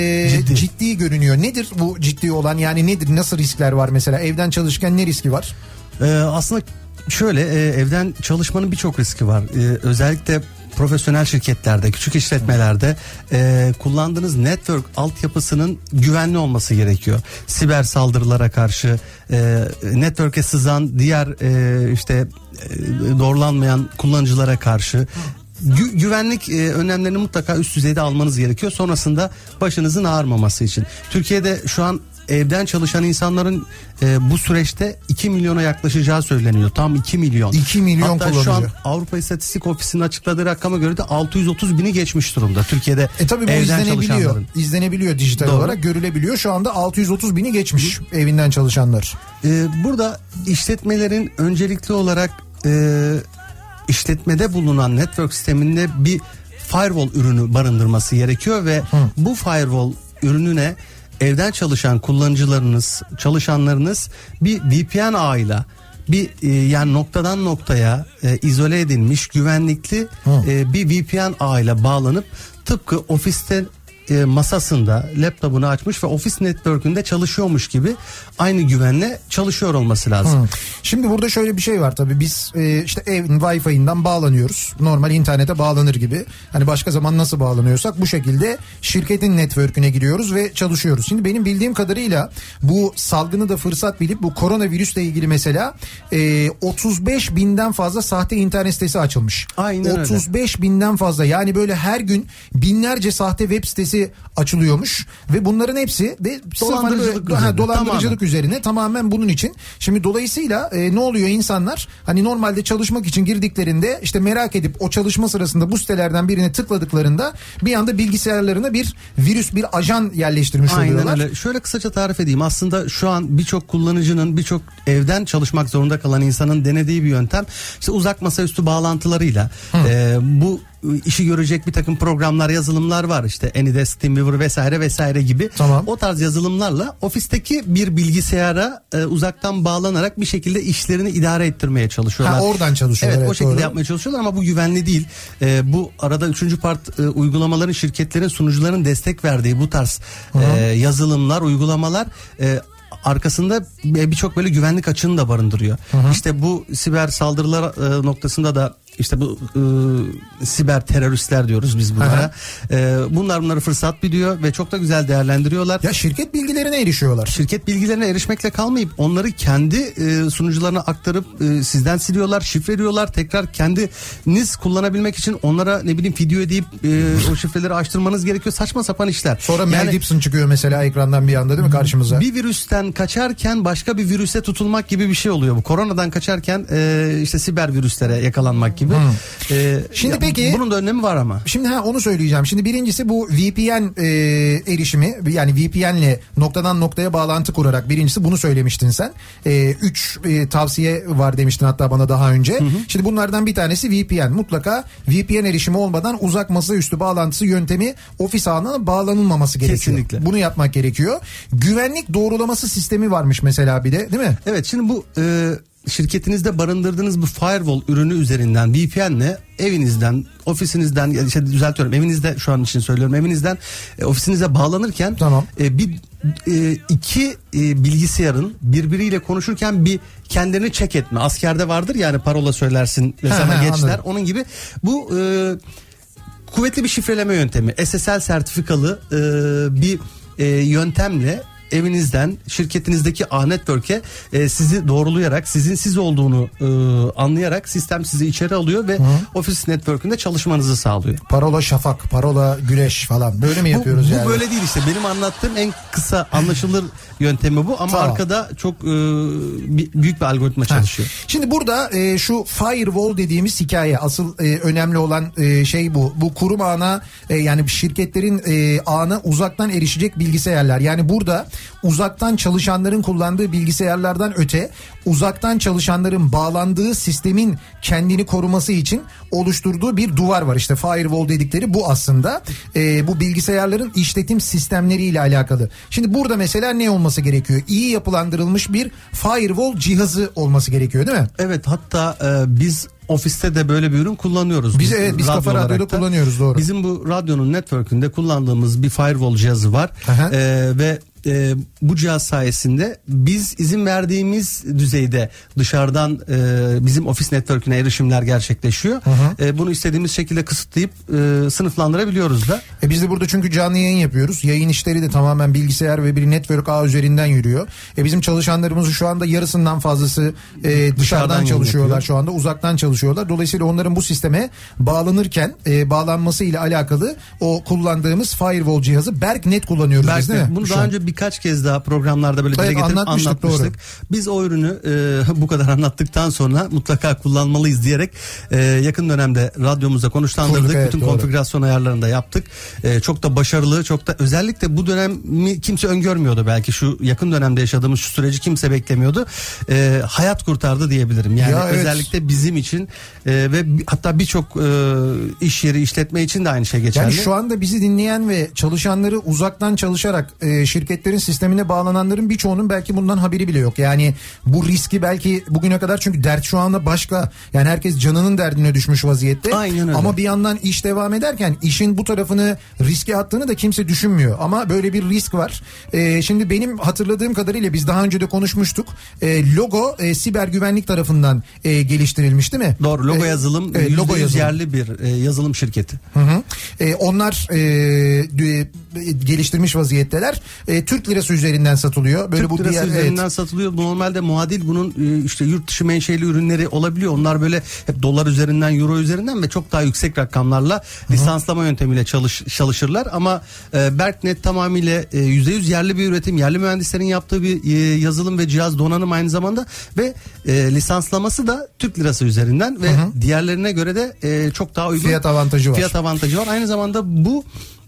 ciddi görünüyor. Nedir bu ciddi olan, yani nedir, nasıl riskler var mesela, evden çalışırken ne riski var? Aslında şöyle, evden çalışmanın birçok riski var. Özellikle profesyonel şirketlerde, küçük işletmelerde kullandığınız network altyapısının güvenli olması gerekiyor. Siber saldırılara karşı, network'e sızan diğer doğrulanmayan kullanıcılara karşı güvenlik önlemlerini mutlaka üst düzeyde almanız gerekiyor. Sonrasında başınızın ağrımaması için. Türkiye'de şu an evden çalışan insanların bu süreçte 2 milyona yaklaşacağı söyleniyor. Tam 2 milyon. 2 milyon Hatta kullanıcı. şu an Avrupa İstatistik Ofisi'nin açıkladığı rakama göre de 630 bini geçmiş durumda. Türkiye'de Tabii bu evden izlenebiliyor. çalışanların. İzlenebiliyor dijital Doğru. olarak, görülebiliyor. Şu anda 630 bini geçmiş evinden çalışanlar. Burada işletmelerin öncelikli olarak işletmede bulunan network sisteminde bir firewall ürünü barındırması gerekiyor ve bu firewall ürününe evden çalışan kullanıcılarınız, çalışanlarınız bir VPN ağıyla bir yani noktadan noktaya izole edilmiş güvenlikli bir VPN ağıyla bağlanıp tıpkı ofiste masasında laptopunu açmış ve ofis network'ünde çalışıyormuş gibi aynı güvenle çalışıyor olması lazım. Şimdi burada şöyle bir şey var tabii, biz işte evin Wi-Fi'inden bağlanıyoruz. Normal internete bağlanır gibi. Hani başka zaman nasıl bağlanıyorsak bu şekilde şirketin network'üne giriyoruz ve çalışıyoruz. Şimdi benim bildiğim kadarıyla bu salgını da fırsat bilip bu koronavirüsle ilgili mesela 35 binden fazla sahte internet sitesi açılmış. Aynen 35 binden fazla, yani böyle her gün binlerce sahte web sitesi açılıyormuş ve bunların hepsi de dolandırıcılık üzerine, tamamen bunun için. Şimdi dolayısıyla ne oluyor, insanlar hani normalde çalışmak için girdiklerinde işte merak edip o çalışma sırasında bu sitelerden birine tıkladıklarında bir anda bilgisayarlarına bir virüs, bir ajan yerleştirmiş oluyorlar. Aynen öyle. Şöyle kısaca tarif edeyim. Aslında şu an birçok kullanıcının, birçok evden çalışmak zorunda kalan insanın denediği bir yöntem işte uzak masaüstü bağlantılarıyla bu işi görecek bir takım programlar, yazılımlar var. İşte Anydesk, Teamweaver vesaire gibi. Tamam. O tarz yazılımlarla ofisteki bir bilgisayara uzaktan bağlanarak bir şekilde işlerini idare ettirmeye çalışıyorlar. Oradan çalışıyorlar. Evet, o şekilde doğru. yapmaya çalışıyorlar ama bu güvenli değil. Bu arada 3. part uygulamaların, şirketlerin, sunucuların destek verdiği bu tarz yazılımlar, uygulamalar arkasında birçok böyle güvenlik açığını da barındırıyor. İşte bu siber saldırılar noktasında da işte bu siber teröristler diyoruz biz bunlara. Bunları fırsat biliyor ve çok da güzel değerlendiriyorlar. Ya şirket bilgilerine erişiyorlar. Şirket bilgilerine erişmekle kalmayıp onları kendi sunucularına aktarıp sizden siliyorlar, şifreliyorlar. Tekrar kendiniz kullanabilmek için onlara ne bileyim video edip o şifreleri açtırmanız gerekiyor. Saçma sapan işler. Sonra Mel Gibson çıkıyor mesela ekrandan bir anda, değil mi, karşımıza? Bir virüsten kaçarken başka bir virüse tutulmak gibi bir şey oluyor bu. Koronadan kaçarken işte siber virüslere yakalanmak gibi. Şimdi peki bunun da önlemi var ama. Şimdi onu söyleyeceğim. Şimdi birincisi bu VPN erişimi, yani VPN'le noktadan noktaya bağlantı kurarak, birincisi bunu söylemiştin sen. 3 tavsiye var demiştin hatta bana daha önce. Şimdi bunlardan bir tanesi VPN. Mutlaka VPN erişimi olmadan uzak masaüstü bağlantısı yöntemi ofis ağına bağlanılmaması gerekiyor. Kesinlikle. Bunu yapmak gerekiyor. Güvenlik doğrulaması sistemi varmış mesela bir de, değil mi? Evet, şimdi bu şirketinizde barındırdığınız bu firewall ürünü üzerinden VPN'le evinizden, ofisinizden, işte düzeltiyorum, evinizde şu an için söylüyorum, evinizden ofisinize bağlanırken iki bilgisayarın birbiriyle konuşurken bir kendilerini check etme. Askerde vardır yani, parola söylersin ve sana geçler. Anladım. Onun gibi bu kuvvetli bir şifreleme yöntemi, SSL sertifikalı bir yöntemle evinizden şirketinizdeki network'e sizi doğrulayarak, sizin siz olduğunu anlayarak sistem sizi içeri alıyor ve ofis network'ünde çalışmanızı sağlıyor. Parola şafak, parola güneş falan, böyle mi yapıyoruz bu yani? Bu böyle değil işte, benim anlattığım en kısa anlaşılır yöntemi bu ama arkada çok büyük bir algoritma çalışıyor. Şimdi burada şu firewall dediğimiz hikaye, asıl önemli olan şey bu. Bu kurum ağına yani şirketlerin ağına uzaktan erişecek bilgisayarlar. Yani burada uzaktan çalışanların kullandığı bilgisayarlardan öte uzaktan çalışanların bağlandığı sistemin kendini koruması için oluşturduğu bir duvar var. İşte firewall dedikleri bu aslında. Bu bilgisayarların işletim sistemleriyle alakalı. Şimdi burada mesela ne olması gerekiyor? İyi yapılandırılmış bir firewall cihazı olması gerekiyor, değil mi? Evet, hatta biz ofiste de böyle bir ürün kullanıyoruz. Biz Kafa Radyo'da kullanıyoruz, doğru. Bizim bu radyonun network'ünde kullandığımız bir firewall cihazı var. Ve bu cihaz sayesinde biz izin verdiğimiz düzeyde dışarıdan bizim ofis network'üne erişimler gerçekleşiyor. Bunu istediğimiz şekilde kısıtlayıp sınıflandırabiliyoruz da. Biz de burada çünkü canlı yayın yapıyoruz. Yayın işleri de tamamen bilgisayar ve bir network ağ üzerinden yürüyor. Bizim çalışanlarımızın şu anda yarısından fazlası dışarıdan çalışıyorlar şu anda. Uzaktan çalışıyorlar. Dolayısıyla onların bu sisteme bağlanırken bağlanması ile alakalı o kullandığımız firewall cihazı BerkNet kullanıyoruz biz, değil mi? Bunu daha önce birkaç kez daha programlarda böyle dile getirip anlatmıştık. Doğru. Biz o ürünü bu kadar anlattıktan sonra mutlaka kullanmalıyız diyerek yakın dönemde radyomuzda konuşlandırdık. Evet, bütün konfigürasyon ayarlarını da yaptık. Çok da başarılı, çok da özellikle bu dönemi kimse öngörmüyordu belki. Şu yakın dönemde yaşadığımız şu süreci kimse beklemiyordu. Hayat kurtardı diyebilirim. Yani özellikle bizim için ve hatta birçok iş yeri, işletme için de aynı şey geçerli. Yani şu anda bizi dinleyen ve çalışanları uzaktan çalışarak şirketlerin sistemine bağlananların birçoğunun belki bundan haberi bile yok. Yani bu riski belki bugüne kadar, çünkü dert şu anda başka. Yani herkes canının derdine düşmüş vaziyette. Aynen öyle. Ama bir yandan iş devam ederken işin bu tarafını riske attığını da kimse düşünmüyor. Ama böyle bir risk var. Şimdi benim hatırladığım kadarıyla biz daha önce de konuşmuştuk. Logo siber güvenlik tarafından geliştirilmiş, değil mi? Doğru. Logo yazılım. Evet, Logo yazılım. Yerli bir yazılım şirketi. Onlar geliştirmiş vaziyetteler. Türk lirası üzerinden satılıyor. Böyle Türk lirası üzerinden satılıyor. Normalde muadil bunun işte yurt dışı menşeli ürünleri olabiliyor. Onlar böyle hep dolar üzerinden, euro üzerinden ve çok daha yüksek rakamlarla lisanslama yöntemiyle çalışırlar. Ama BerkNet tamamıyla %100 yerli bir üretim, yerli mühendislerin yaptığı bir yazılım ve cihaz donanım aynı zamanda ve lisanslaması da Türk lirası üzerinden ve diğerlerine göre de çok daha uygun fiyat avantajı var. Aynı zamanda bu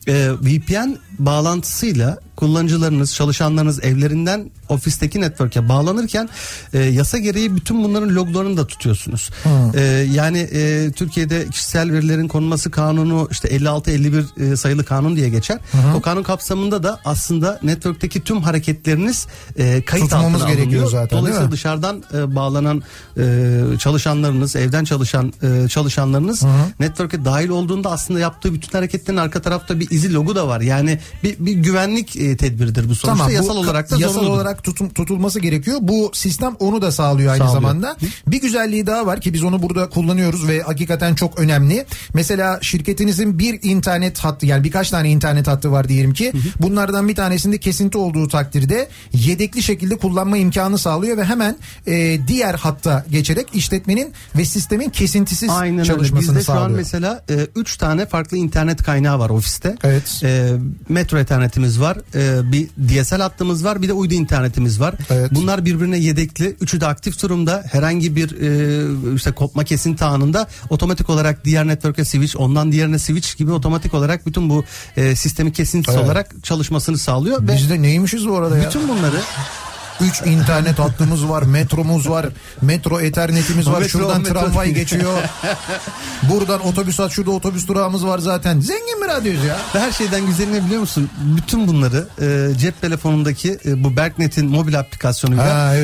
VPN bağlantısıyla kullanıcılarınız, çalışanlarınız evlerinden ofisteki network'e bağlanırken yasa gereği bütün bunların loglarını da tutuyorsunuz. Yani Türkiye'de kişisel verilerin korunması kanunu işte 56-51 sayılı kanun diye geçer. O kanun kapsamında da aslında network'teki tüm hareketleriniz kayıt altına alınıyor. Zaten, dolayısıyla dışarıdan bağlanan çalışanlarınız, evden çalışan çalışanlarınız network'e dahil olduğunda aslında yaptığı bütün hareketlerin arka tarafta bir izi, logu da var. Yani bir güvenlik tedbiridir bu sonuçta. Tamam, yasal olarak da yasal olarak tutulması gerekiyor. Bu sistem onu da sağlıyor aynı zamanda. Bir güzelliği daha var ki biz onu burada kullanıyoruz ve hakikaten çok önemli. Mesela şirketinizin bir internet hattı, yani birkaç tane internet hattı var diyelim ki. Bunlardan bir tanesinde kesinti olduğu takdirde yedekli şekilde kullanma imkanı sağlıyor ve hemen diğer hatta geçerek işletmenin ve sistemin kesintisiz çalışmasını Bizde sağlıyor. şu an mesela 3 tane farklı internet kaynağı var ofiste. Evet. Metro internetimiz var. Bir DSL hattımız var. Bir de uydu internetimiz var. Evet. Bunlar birbirine yedekli. Üçü de aktif durumda. Herhangi bir işte kopma, kesinti anında otomatik olarak diğer network'e switch, ondan diğerine switch gibi otomatik olarak bütün bu sistemi kesintisiz olarak çalışmasını sağlıyor. Biz de neymişiz bu arada ya? Bütün bunları 3 internet hattımız var, metromuz var, metro ethernetimiz var, şuradan tramvay geçiyor. Buradan otobüs at, şurada otobüs durağımız var zaten. Zengin bir radyoyuz ya. Ve her şeyden güzelini biliyor musun? Bütün bunları cep telefonundaki bu BerkNet'in mobil aplikasyonuyla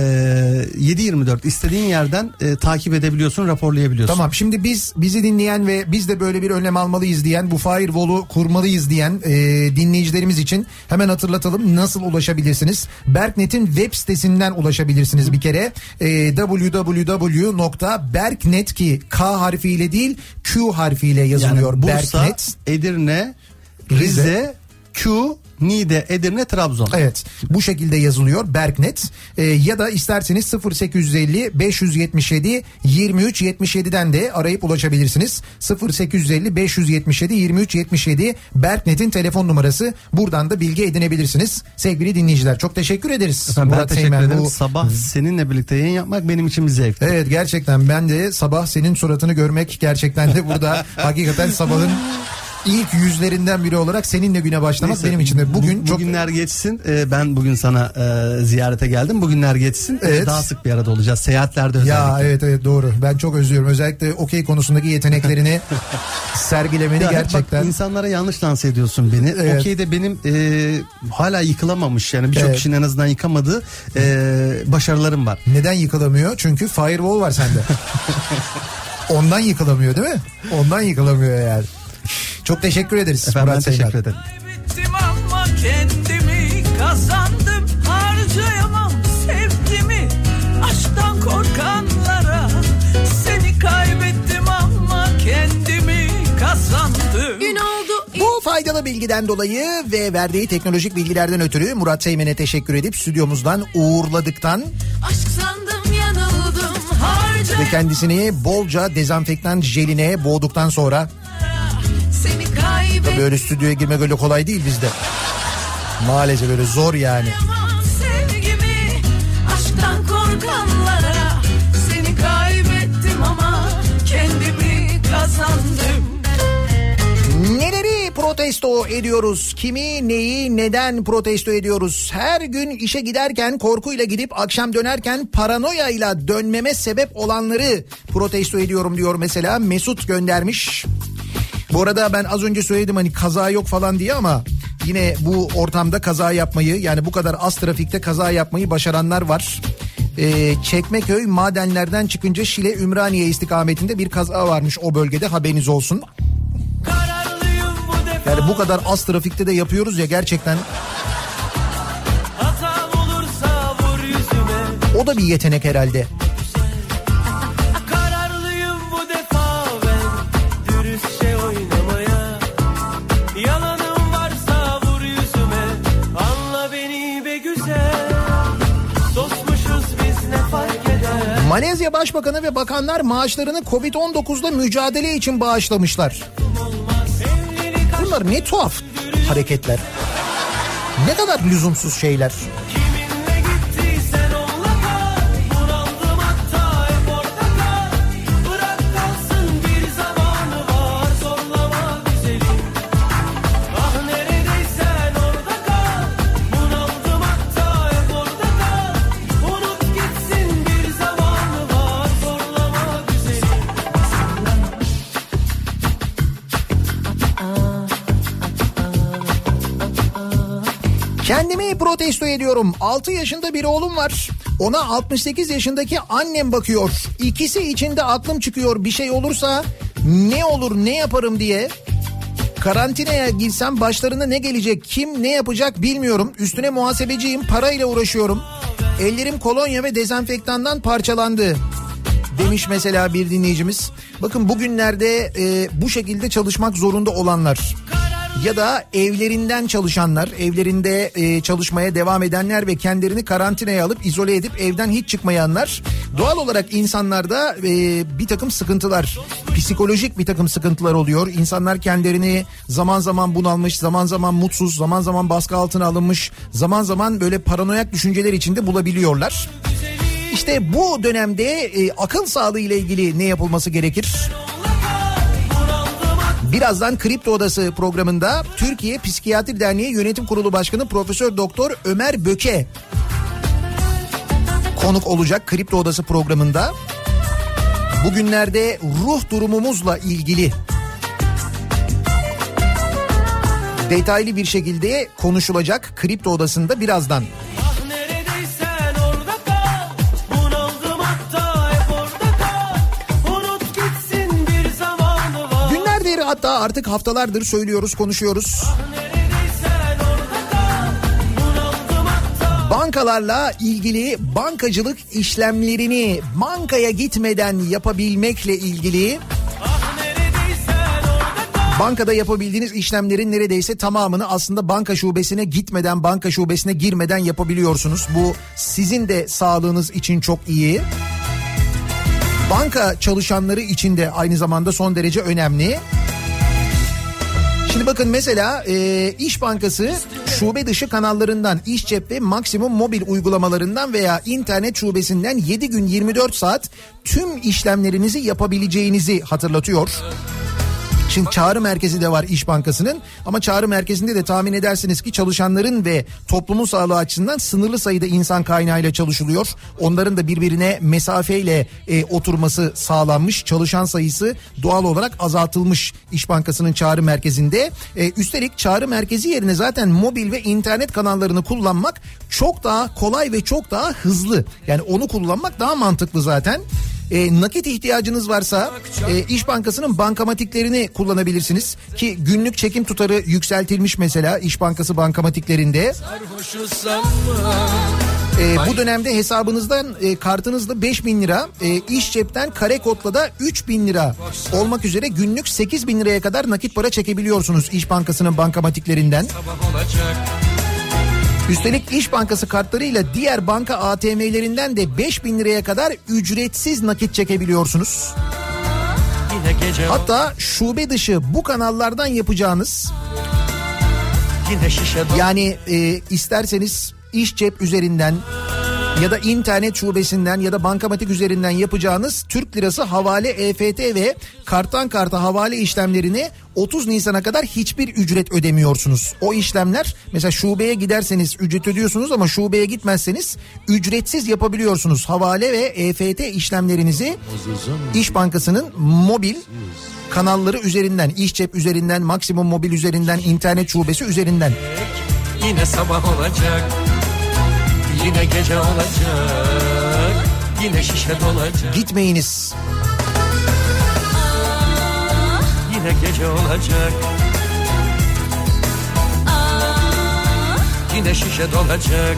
7/24 istediğin yerden takip edebiliyorsun, raporlayabiliyorsun. Tamam, şimdi bizi dinleyen ve biz de böyle bir önlem almalıyız diyen, bu firewall'u kurmalıyız diyen dinleyicilerimiz için hemen hatırlatalım nasıl ulaşabilirsiniz. BerkNet'in web sitesinden ulaşabilirsiniz bir kere. www.berknet, ki K harfiyle değil Q harfiyle yazılıyor. Yani Bursa, BerkNet. Edirne, Rize, Q, Niğde, Edirne, Trabzon. Evet, bu şekilde yazılıyor BerkNet. Ya da isterseniz 0850 577 23 77'den de arayıp ulaşabilirsiniz. 0850 577 23 77 BerkNet'in telefon numarası. Buradan da bilgi edinebilirsiniz. Sevgili dinleyiciler, çok teşekkür ederiz. Efendim, ben teşekkür ederim. Sabah seninle birlikte yayın yapmak benim için bir zevk. Evet, gerçekten ben de sabah senin suratını görmek gerçekten de burada hakikaten sabahın İlk yüzlerinden biri olarak seninle güne başlamak benim için de bugünler geçsin. Ben bugün sana ziyarete geldim. Bugünler geçsin. Daha sık bir arada olacağız. Seyahatlerde özellikle. Ya evet doğru. Ben çok özlüyorum. Özellikle okey konusundaki yeteneklerini sergilemeni gerçekten. Bak, insanlara yanlış lanse ediyorsun beni. Evet. Okey'de benim hala yıkılamamış, yani birçok kişinin en azından yıkamadığı başarılarım var. Neden yıkılamıyor? Çünkü firewall var sende. Ondan yıkılamıyor değil mi? Ondan yıkılamıyor yani. Çok teşekkür ederiz. Efendim, ben teşekkür ederim. Ama kendimi kazandım. Harcayamam sevgimi aşktan korkanlara. Seni kaybettim ama kendimi kazandım. Gün oldu. Bu faydalı bilgiden dolayı ve verdiği teknolojik bilgilerden ötürü Murat Seymen'e teşekkür edip stüdyomuzdan uğurladıktan Aşk sandım yanıldım. ve kendisini bolca dezenfektan jeline boğduktan sonra, Seni kaybettim. böyle stüdyoya girmek öyle kolay değil bizde. Maalesef öyle zor yani. Sevgimi aşktan korkanlara. Seni kaybettim ama kendimi kazandım. Neleri protesto ediyoruz? Kimi, neyi, neden protesto ediyoruz? Her gün işe giderken korkuyla gidip akşam dönerken paranoyayla dönmeme sebep olanları protesto ediyorum diyor mesela Mesut göndermiş. Bu arada ben az önce söyledim hani kaza yok falan diye ama yine bu ortamda kaza yapmayı, yani bu kadar az trafikte kaza yapmayı başaranlar var. Çekmeköy madenlerden çıkınca Şile Ümraniye istikametinde bir kaza varmış o bölgede, haberiniz olsun. Yani bu kadar az trafikte de yapıyoruz ya gerçekten. O da bir yetenek herhalde. Kararlıyım bu defa ben dürüstçe oynamaya. Yalanım varsa vur yüzüme, anla beni be güzel. Dostmuşuz biz ne fark eder. Malezya Başbakanı ve bakanlar maaşlarını Covid-19'da mücadele için bağışlamışlar. Bunlar ne tuhaf hareketler. Ne kadar lüzumsuz şeyler. Kiminle gittiysen onunla kal. Bunaldım hatta hep orada kal. Bırak kalsın bir zamanı var. Zorlama güzelim. Ah neredeysen orada kal. Bunaldım hatta hep orada kal. Unut gitsin bir zamanı var. Zorlama güzelim. Kendimi protesto ediyorum. 6 yaşında bir oğlum var. Ona 68 yaşındaki annem bakıyor. İkisi için de aklım çıkıyor. Bir şey olursa ne olur ne yaparım diye. Karantinaya girsem başlarına ne gelecek, kim ne yapacak bilmiyorum. Üstüne muhasebeciyim, parayla uğraşıyorum. Ellerim kolonya ve dezenfektandan parçalandı demiş mesela bir dinleyicimiz. Bakın bugünlerde bu şekilde çalışmak zorunda olanlar ya da evlerinden çalışanlar, evlerinde çalışmaya devam edenler ve kendilerini karantinaya alıp izole edip evden hiç çıkmayanlar, doğal olarak insanlarda bir takım sıkıntılar, psikolojik bir takım sıkıntılar oluyor. İnsanlar kendilerini zaman zaman bunalmış, zaman zaman mutsuz, zaman zaman baskı altına alınmış, zaman zaman böyle paranoyak düşünceler içinde bulabiliyorlar. İşte bu dönemde akıl sağlığı ile ilgili ne yapılması gerekir? Birazdan Kripto Odası programında Türkiye Psikiyatri Derneği Yönetim Kurulu Başkanı Profesör Doktor Ömer Böke konuk olacak Kripto Odası programında. Bugünlerde ruh durumumuzla ilgili detaylı bir şekilde konuşulacak Kripto Odası'nda birazdan. Hatta artık haftalardır söylüyoruz, konuşuyoruz. Bankalarla ilgili bankacılık işlemlerini bankaya gitmeden yapabilmekle ilgili bankada yapabildiğiniz işlemlerin neredeyse tamamını aslında banka şubesine gitmeden, banka şubesine girmeden yapabiliyorsunuz. Bu sizin de sağlığınız için çok iyi. Banka çalışanları için de aynı zamanda son derece önemli. Şimdi bakın mesela İş Bankası şube dışı kanallarından, İş Cep ve Maksimum mobil uygulamalarından veya internet şubesinden 7 gün 24 saat tüm işlemlerinizi yapabileceğinizi hatırlatıyor. Şimdi çağrı merkezi de var İş Bankası'nın, ama çağrı merkezinde de tahmin edersiniz ki çalışanların ve toplumun sağlığı açısından sınırlı sayıda insan kaynağıyla çalışılıyor. Onların da birbirine mesafeyle oturması sağlanmış. Çalışan sayısı doğal olarak azaltılmış İş Bankası'nın çağrı merkezinde. Üstelik çağrı merkezi yerine zaten mobil ve internet kanallarını kullanmak çok daha kolay ve çok daha hızlı. Yani onu kullanmak daha mantıklı zaten. Nakit ihtiyacınız varsa İş Bankası'nın bankamatiklerini kullanabilirsiniz. Ki günlük çekim tutarı yükseltilmiş mesela İş Bankası bankamatiklerinde. Bu dönemde hesabınızdan kartınızla 5.000 lira, iş cepten kare kodla da 3.000 lira olmak üzere günlük 8.000 liraya kadar nakit para çekebiliyorsunuz İş Bankası'nın bankamatiklerinden. Üstelik İş Bankası kartlarıyla diğer banka ATM'lerinden de 5.000 liraya kadar ücretsiz nakit çekebiliyorsunuz. Hatta şube dışı bu kanallardan yapacağınız, yani isterseniz iş cep üzerinden ya da internet şubesinden ya da bankamatik üzerinden yapacağınız Türk lirası havale, EFT ve karttan karta havale işlemlerini 30 Nisan'a kadar hiçbir ücret ödemiyorsunuz. O işlemler mesela şubeye giderseniz ücret ödüyorsunuz ama şubeye gitmezseniz ücretsiz yapabiliyorsunuz. Havale ve EFT işlemlerinizi İş Bankası'nın mobil kanalları üzerinden, iş cep üzerinden, Maksimum Mobil üzerinden, internet şubesi üzerinden. Yine sabah olacak, yine gece olacak, yine şişe dolacak. Gitmeyiniz. Yine gece olacak, yine şişe dolacak.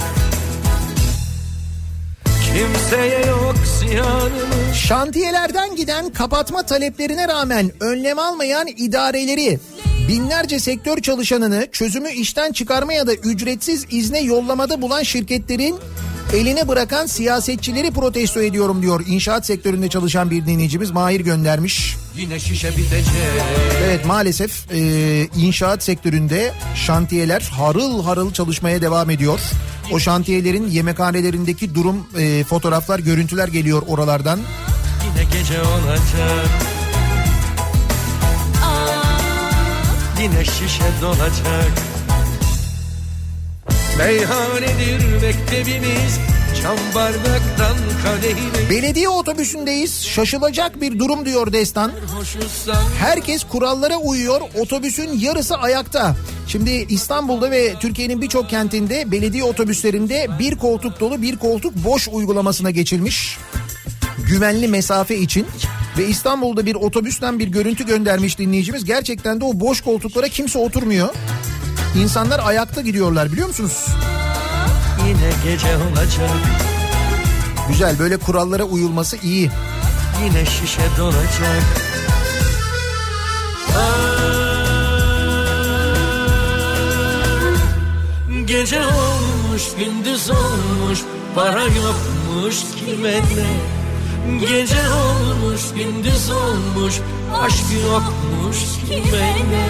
Kimseye yok ziyanımız. Şantiyelerden giden kapatma taleplerine rağmen önlem almayan idareleri, binlerce sektör çalışanını çözümü işten çıkarma ya da ücretsiz izne yollamada bulan şirketlerin eline bırakan siyasetçileri protesto ediyorum diyor. İnşaat sektöründe çalışan bir dinleyicimiz Mahir göndermiş. Yine şişe bitecek. Evet, maalesef inşaat sektöründe şantiyeler harıl harıl çalışmaya devam ediyor. O şantiyelerin yemekhanelerindeki durum, fotoğraflar, görüntüler geliyor oralardan. Yine gece olacak, yine şişe dolacak. Meyhanedir mektebimiz, çam bardaktan kadehimiz. Belediye otobüsündeyiz, şaşılacak bir durum diyor Destan. Herkes kurallara uyuyor, otobüsün yarısı ayakta. Şimdi İstanbul'da ve Türkiye'nin birçok kentinde belediye otobüslerinde bir koltuk dolu bir koltuk boş uygulamasına geçilmiş. Güvenli mesafe için. Ve İstanbul'da bir otobüsten bir görüntü göndermiş dinleyicimiz. Gerçekten de o boş koltuklara kimse oturmuyor. İnsanlar ayakta gidiyorlar, biliyor musunuz? Yine gece olacak. Güzel, böyle kurallara uyulması iyi. Yine şişe dolacak. Gece olmuş, gündüz olmuş, para yokmuş kime ne? Gece olmuş, gündüz olmuş, aşk yokmuş kime ne?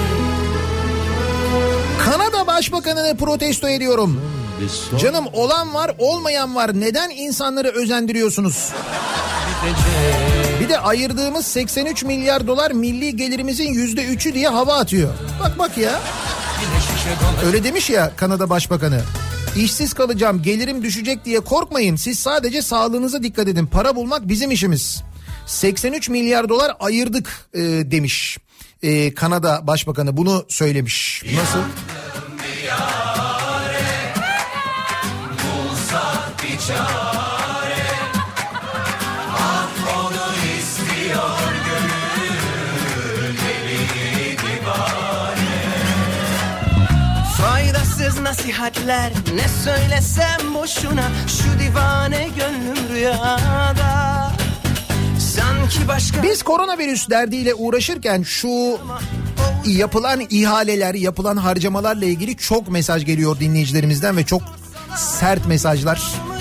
Kanada Başbakanı'nı protesto ediyorum. Canım, olan var olmayan var, neden insanları özendiriyorsunuz? Bir de ayırdığımız 83 milyar dolar milli gelirimizin %3'ü diye hava atıyor. Bak ya. Öyle demiş ya Kanada Başbakanı. İşsiz kalacağım, gelirim düşecek diye korkmayın. Siz sadece sağlığınıza dikkat edin. Para bulmak bizim işimiz. 83 milyar dolar ayırdık demiş. Kanada Başbakanı bunu söylemiş. Nasıl? Faydasız nasihatler, ne söylesem boşuna, şu divane gönlüm rüyada. Sanki başka... Biz koronavirüs derdiyle uğraşırken şu yapılan ihaleler, yapılan harcamalarla ilgili çok mesaj geliyor dinleyicilerimizden ve çok sert mesajlar.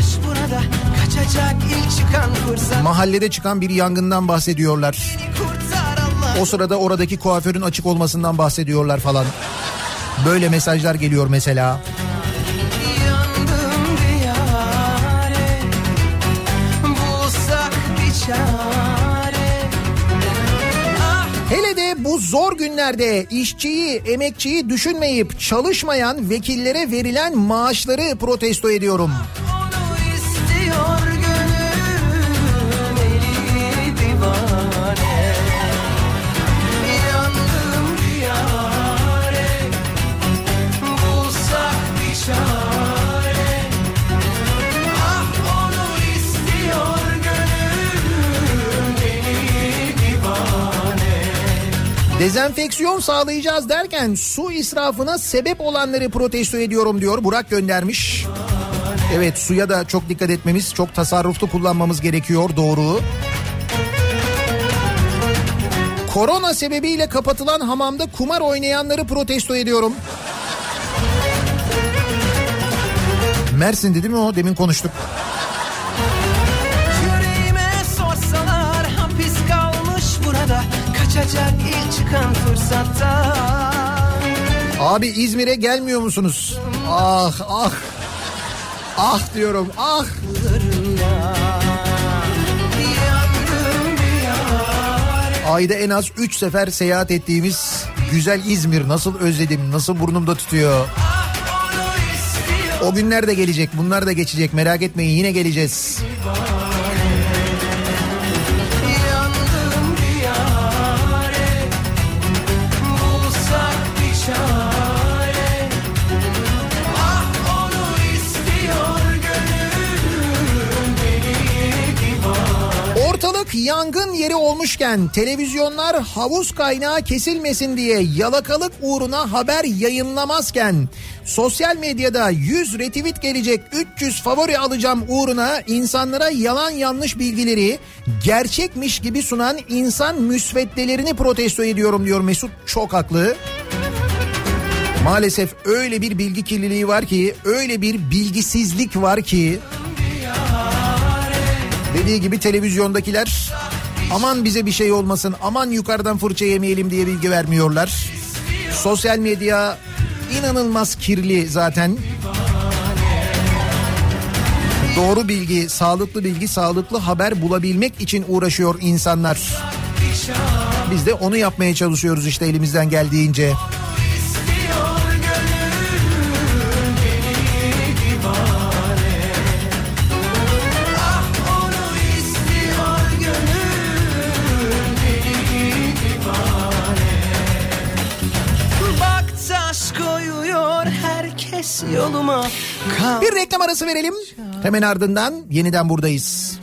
Mahallede çıkan bir yangından bahsediyorlar. O sırada oradaki kuaförün açık olmasından bahsediyorlar falan. Böyle mesajlar geliyor mesela. Yandım diyare, bulsak bir çare. Hele de bu zor günlerde işçiyi, emekçiyi düşünmeyip çalışmayan vekillere verilen maaşları protesto ediyorum. Onu istiyor gönül, eli divane. Yandım diyare, bulsak bir çare. Ah, onu istiyor gönül, Dezenfeksiyon sağlayacağız derken su israfına sebep olanları protesto ediyorum diyor. Burak göndermiş. Evet, suya da çok dikkat etmemiz, çok tasarruflu kullanmamız gerekiyor, doğru. Korona sebebiyle kapatılan hamamda kumar oynayanları protesto ediyorum. Mersin'de değil mi o? Demin konuştuk. Yüreğime sorsalar hapis kalmış burada, kaçacak ilk çıkan fırsatta. Abi İzmir'e gelmiyor musunuz? Ah ah. Ah diyorum, ah. Ayda en az 3 sefer seyahat ettiğimiz güzel İzmir, nasıl özledim, nasıl burnumda tutuyor. O günler de gelecek, bunlar da geçecek, merak etmeyin, yine geleceğiz. Ortalık yangın yeri olmuşken televizyonlar havuz kaynağı kesilmesin diye yalakalık uğruna haber yayınlamazken sosyal medyada 100 retweet gelecek, 300 favori alacağım uğruna insanlara yalan yanlış bilgileri gerçekmiş gibi sunan insan müsveddelerini protesto ediyorum diyor Mesut. Çok haklı. Maalesef öyle bir bilgi kirliliği var ki, öyle bir bilgisizlik var ki, dediği gibi televizyondakiler aman bize bir şey olmasın, aman yukarıdan fırça yemeyelim diye bilgi vermiyorlar. Sosyal medya inanılmaz kirli zaten. Doğru bilgi, sağlıklı haber bulabilmek için uğraşıyor insanlar. Biz de onu yapmaya çalışıyoruz işte elimizden geldiğince. Yoluma bir reklam arası verelim. Hemen ardından yeniden buradayız.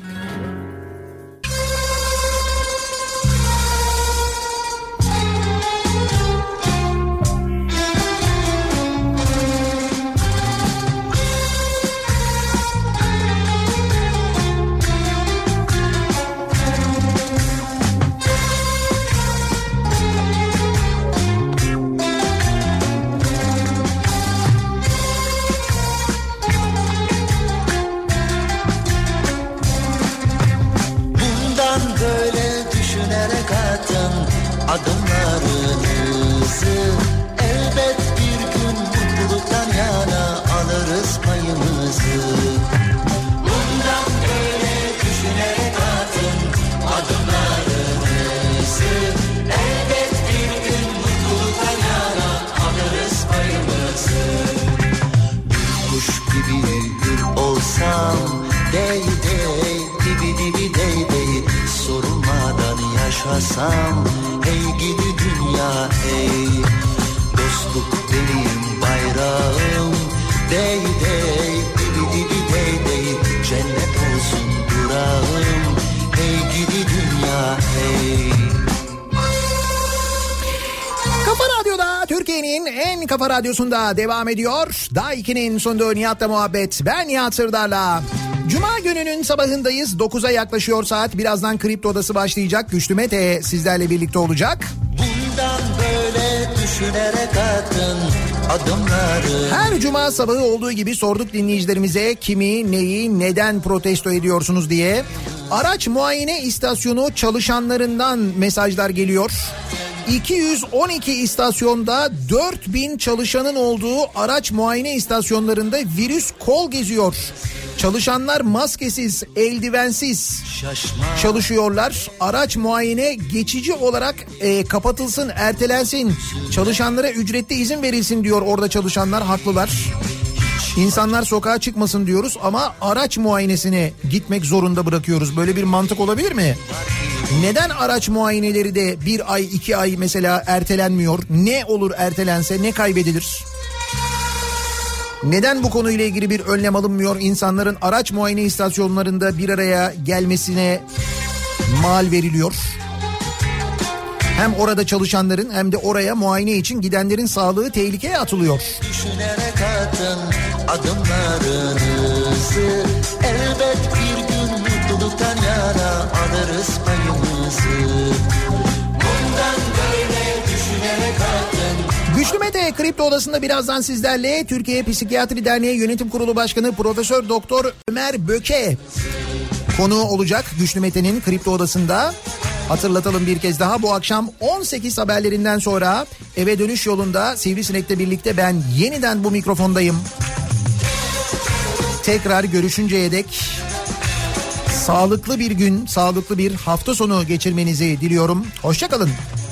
adımlarınızı. Elbet bir gün mutluluktan yana alırız payımızı. Bundan böyle düşünerek atın adımlarınızı. Elbet bir gün mutluluktan yana alırız payımızı. Bir kuş gibi hür olsam, dey dey dibi dibi dey dey, sorulmadan yaşasam, hey gidi dünya hey. Dostluk benim bayrağım, dey dey dibi dibi dey dey, cennet olsun durağım, hey gidi dünya hey. Kafa Radyo'da, Türkiye'nin en kafa radyosunda devam ediyor. Daiki'nin sunduğu Nihat'la muhabbet. Ben Nihat Sırdar'la. Cuma gününün sabahındayız. 9'a yaklaşıyor saat. Birazdan Kripto Odası başlayacak. Güçlü Mete sizlerle birlikte olacak. Bundan böyle düşünerek atın adımları. Her cuma sabahı olduğu gibi sorduk dinleyicilerimize kimi, neyi, neden protesto ediyorsunuz diye. Araç muayene istasyonu çalışanlarından mesajlar geliyor. 212 istasyonda 4000 çalışanın olduğu araç muayene istasyonlarında virüs kol geziyor. Çalışanlar maskesiz, eldivensiz çalışıyorlar. Araç muayene geçici olarak kapatılsın, ertelensin. Çalışanlara ücretli izin verilsin diyor orada çalışanlar, haklılar. İnsanlar sokağa çıkmasın diyoruz ama araç muayenesine gitmek zorunda bırakıyoruz. Böyle bir mantık olabilir mi? Neden araç muayeneleri de 1 ay 2 ay mesela ertelenmiyor? Ne olur ertelense, ne kaybedilir? Neden bu konuyla ilgili bir önlem alınmıyor? İnsanların araç muayene istasyonlarında bir araya gelmesine mal veriliyor. Hem orada çalışanların hem de oraya muayene için gidenlerin sağlığı tehlikeye atılıyor. Düşünerek atın adımlarınızı. Elbet bir gün mutluluktan yana alırız payımızı. Bundan böyle düşünerek atın. Güçlü Mete Kripto Odası'nda birazdan sizlerle Türkiye Psikiyatri Derneği Yönetim Kurulu Başkanı Profesör Doktor Ömer Böke konuğu olacak. Güçlü Mete'nin Kripto Odası'nda. Hatırlatalım bir kez daha, bu akşam 18 haberlerinden sonra eve dönüş yolunda Sivrisinek'le birlikte ben yeniden bu mikrofondayım. Tekrar görüşünceye dek sağlıklı bir gün, sağlıklı bir hafta sonu geçirmenizi diliyorum. Hoşça kalın.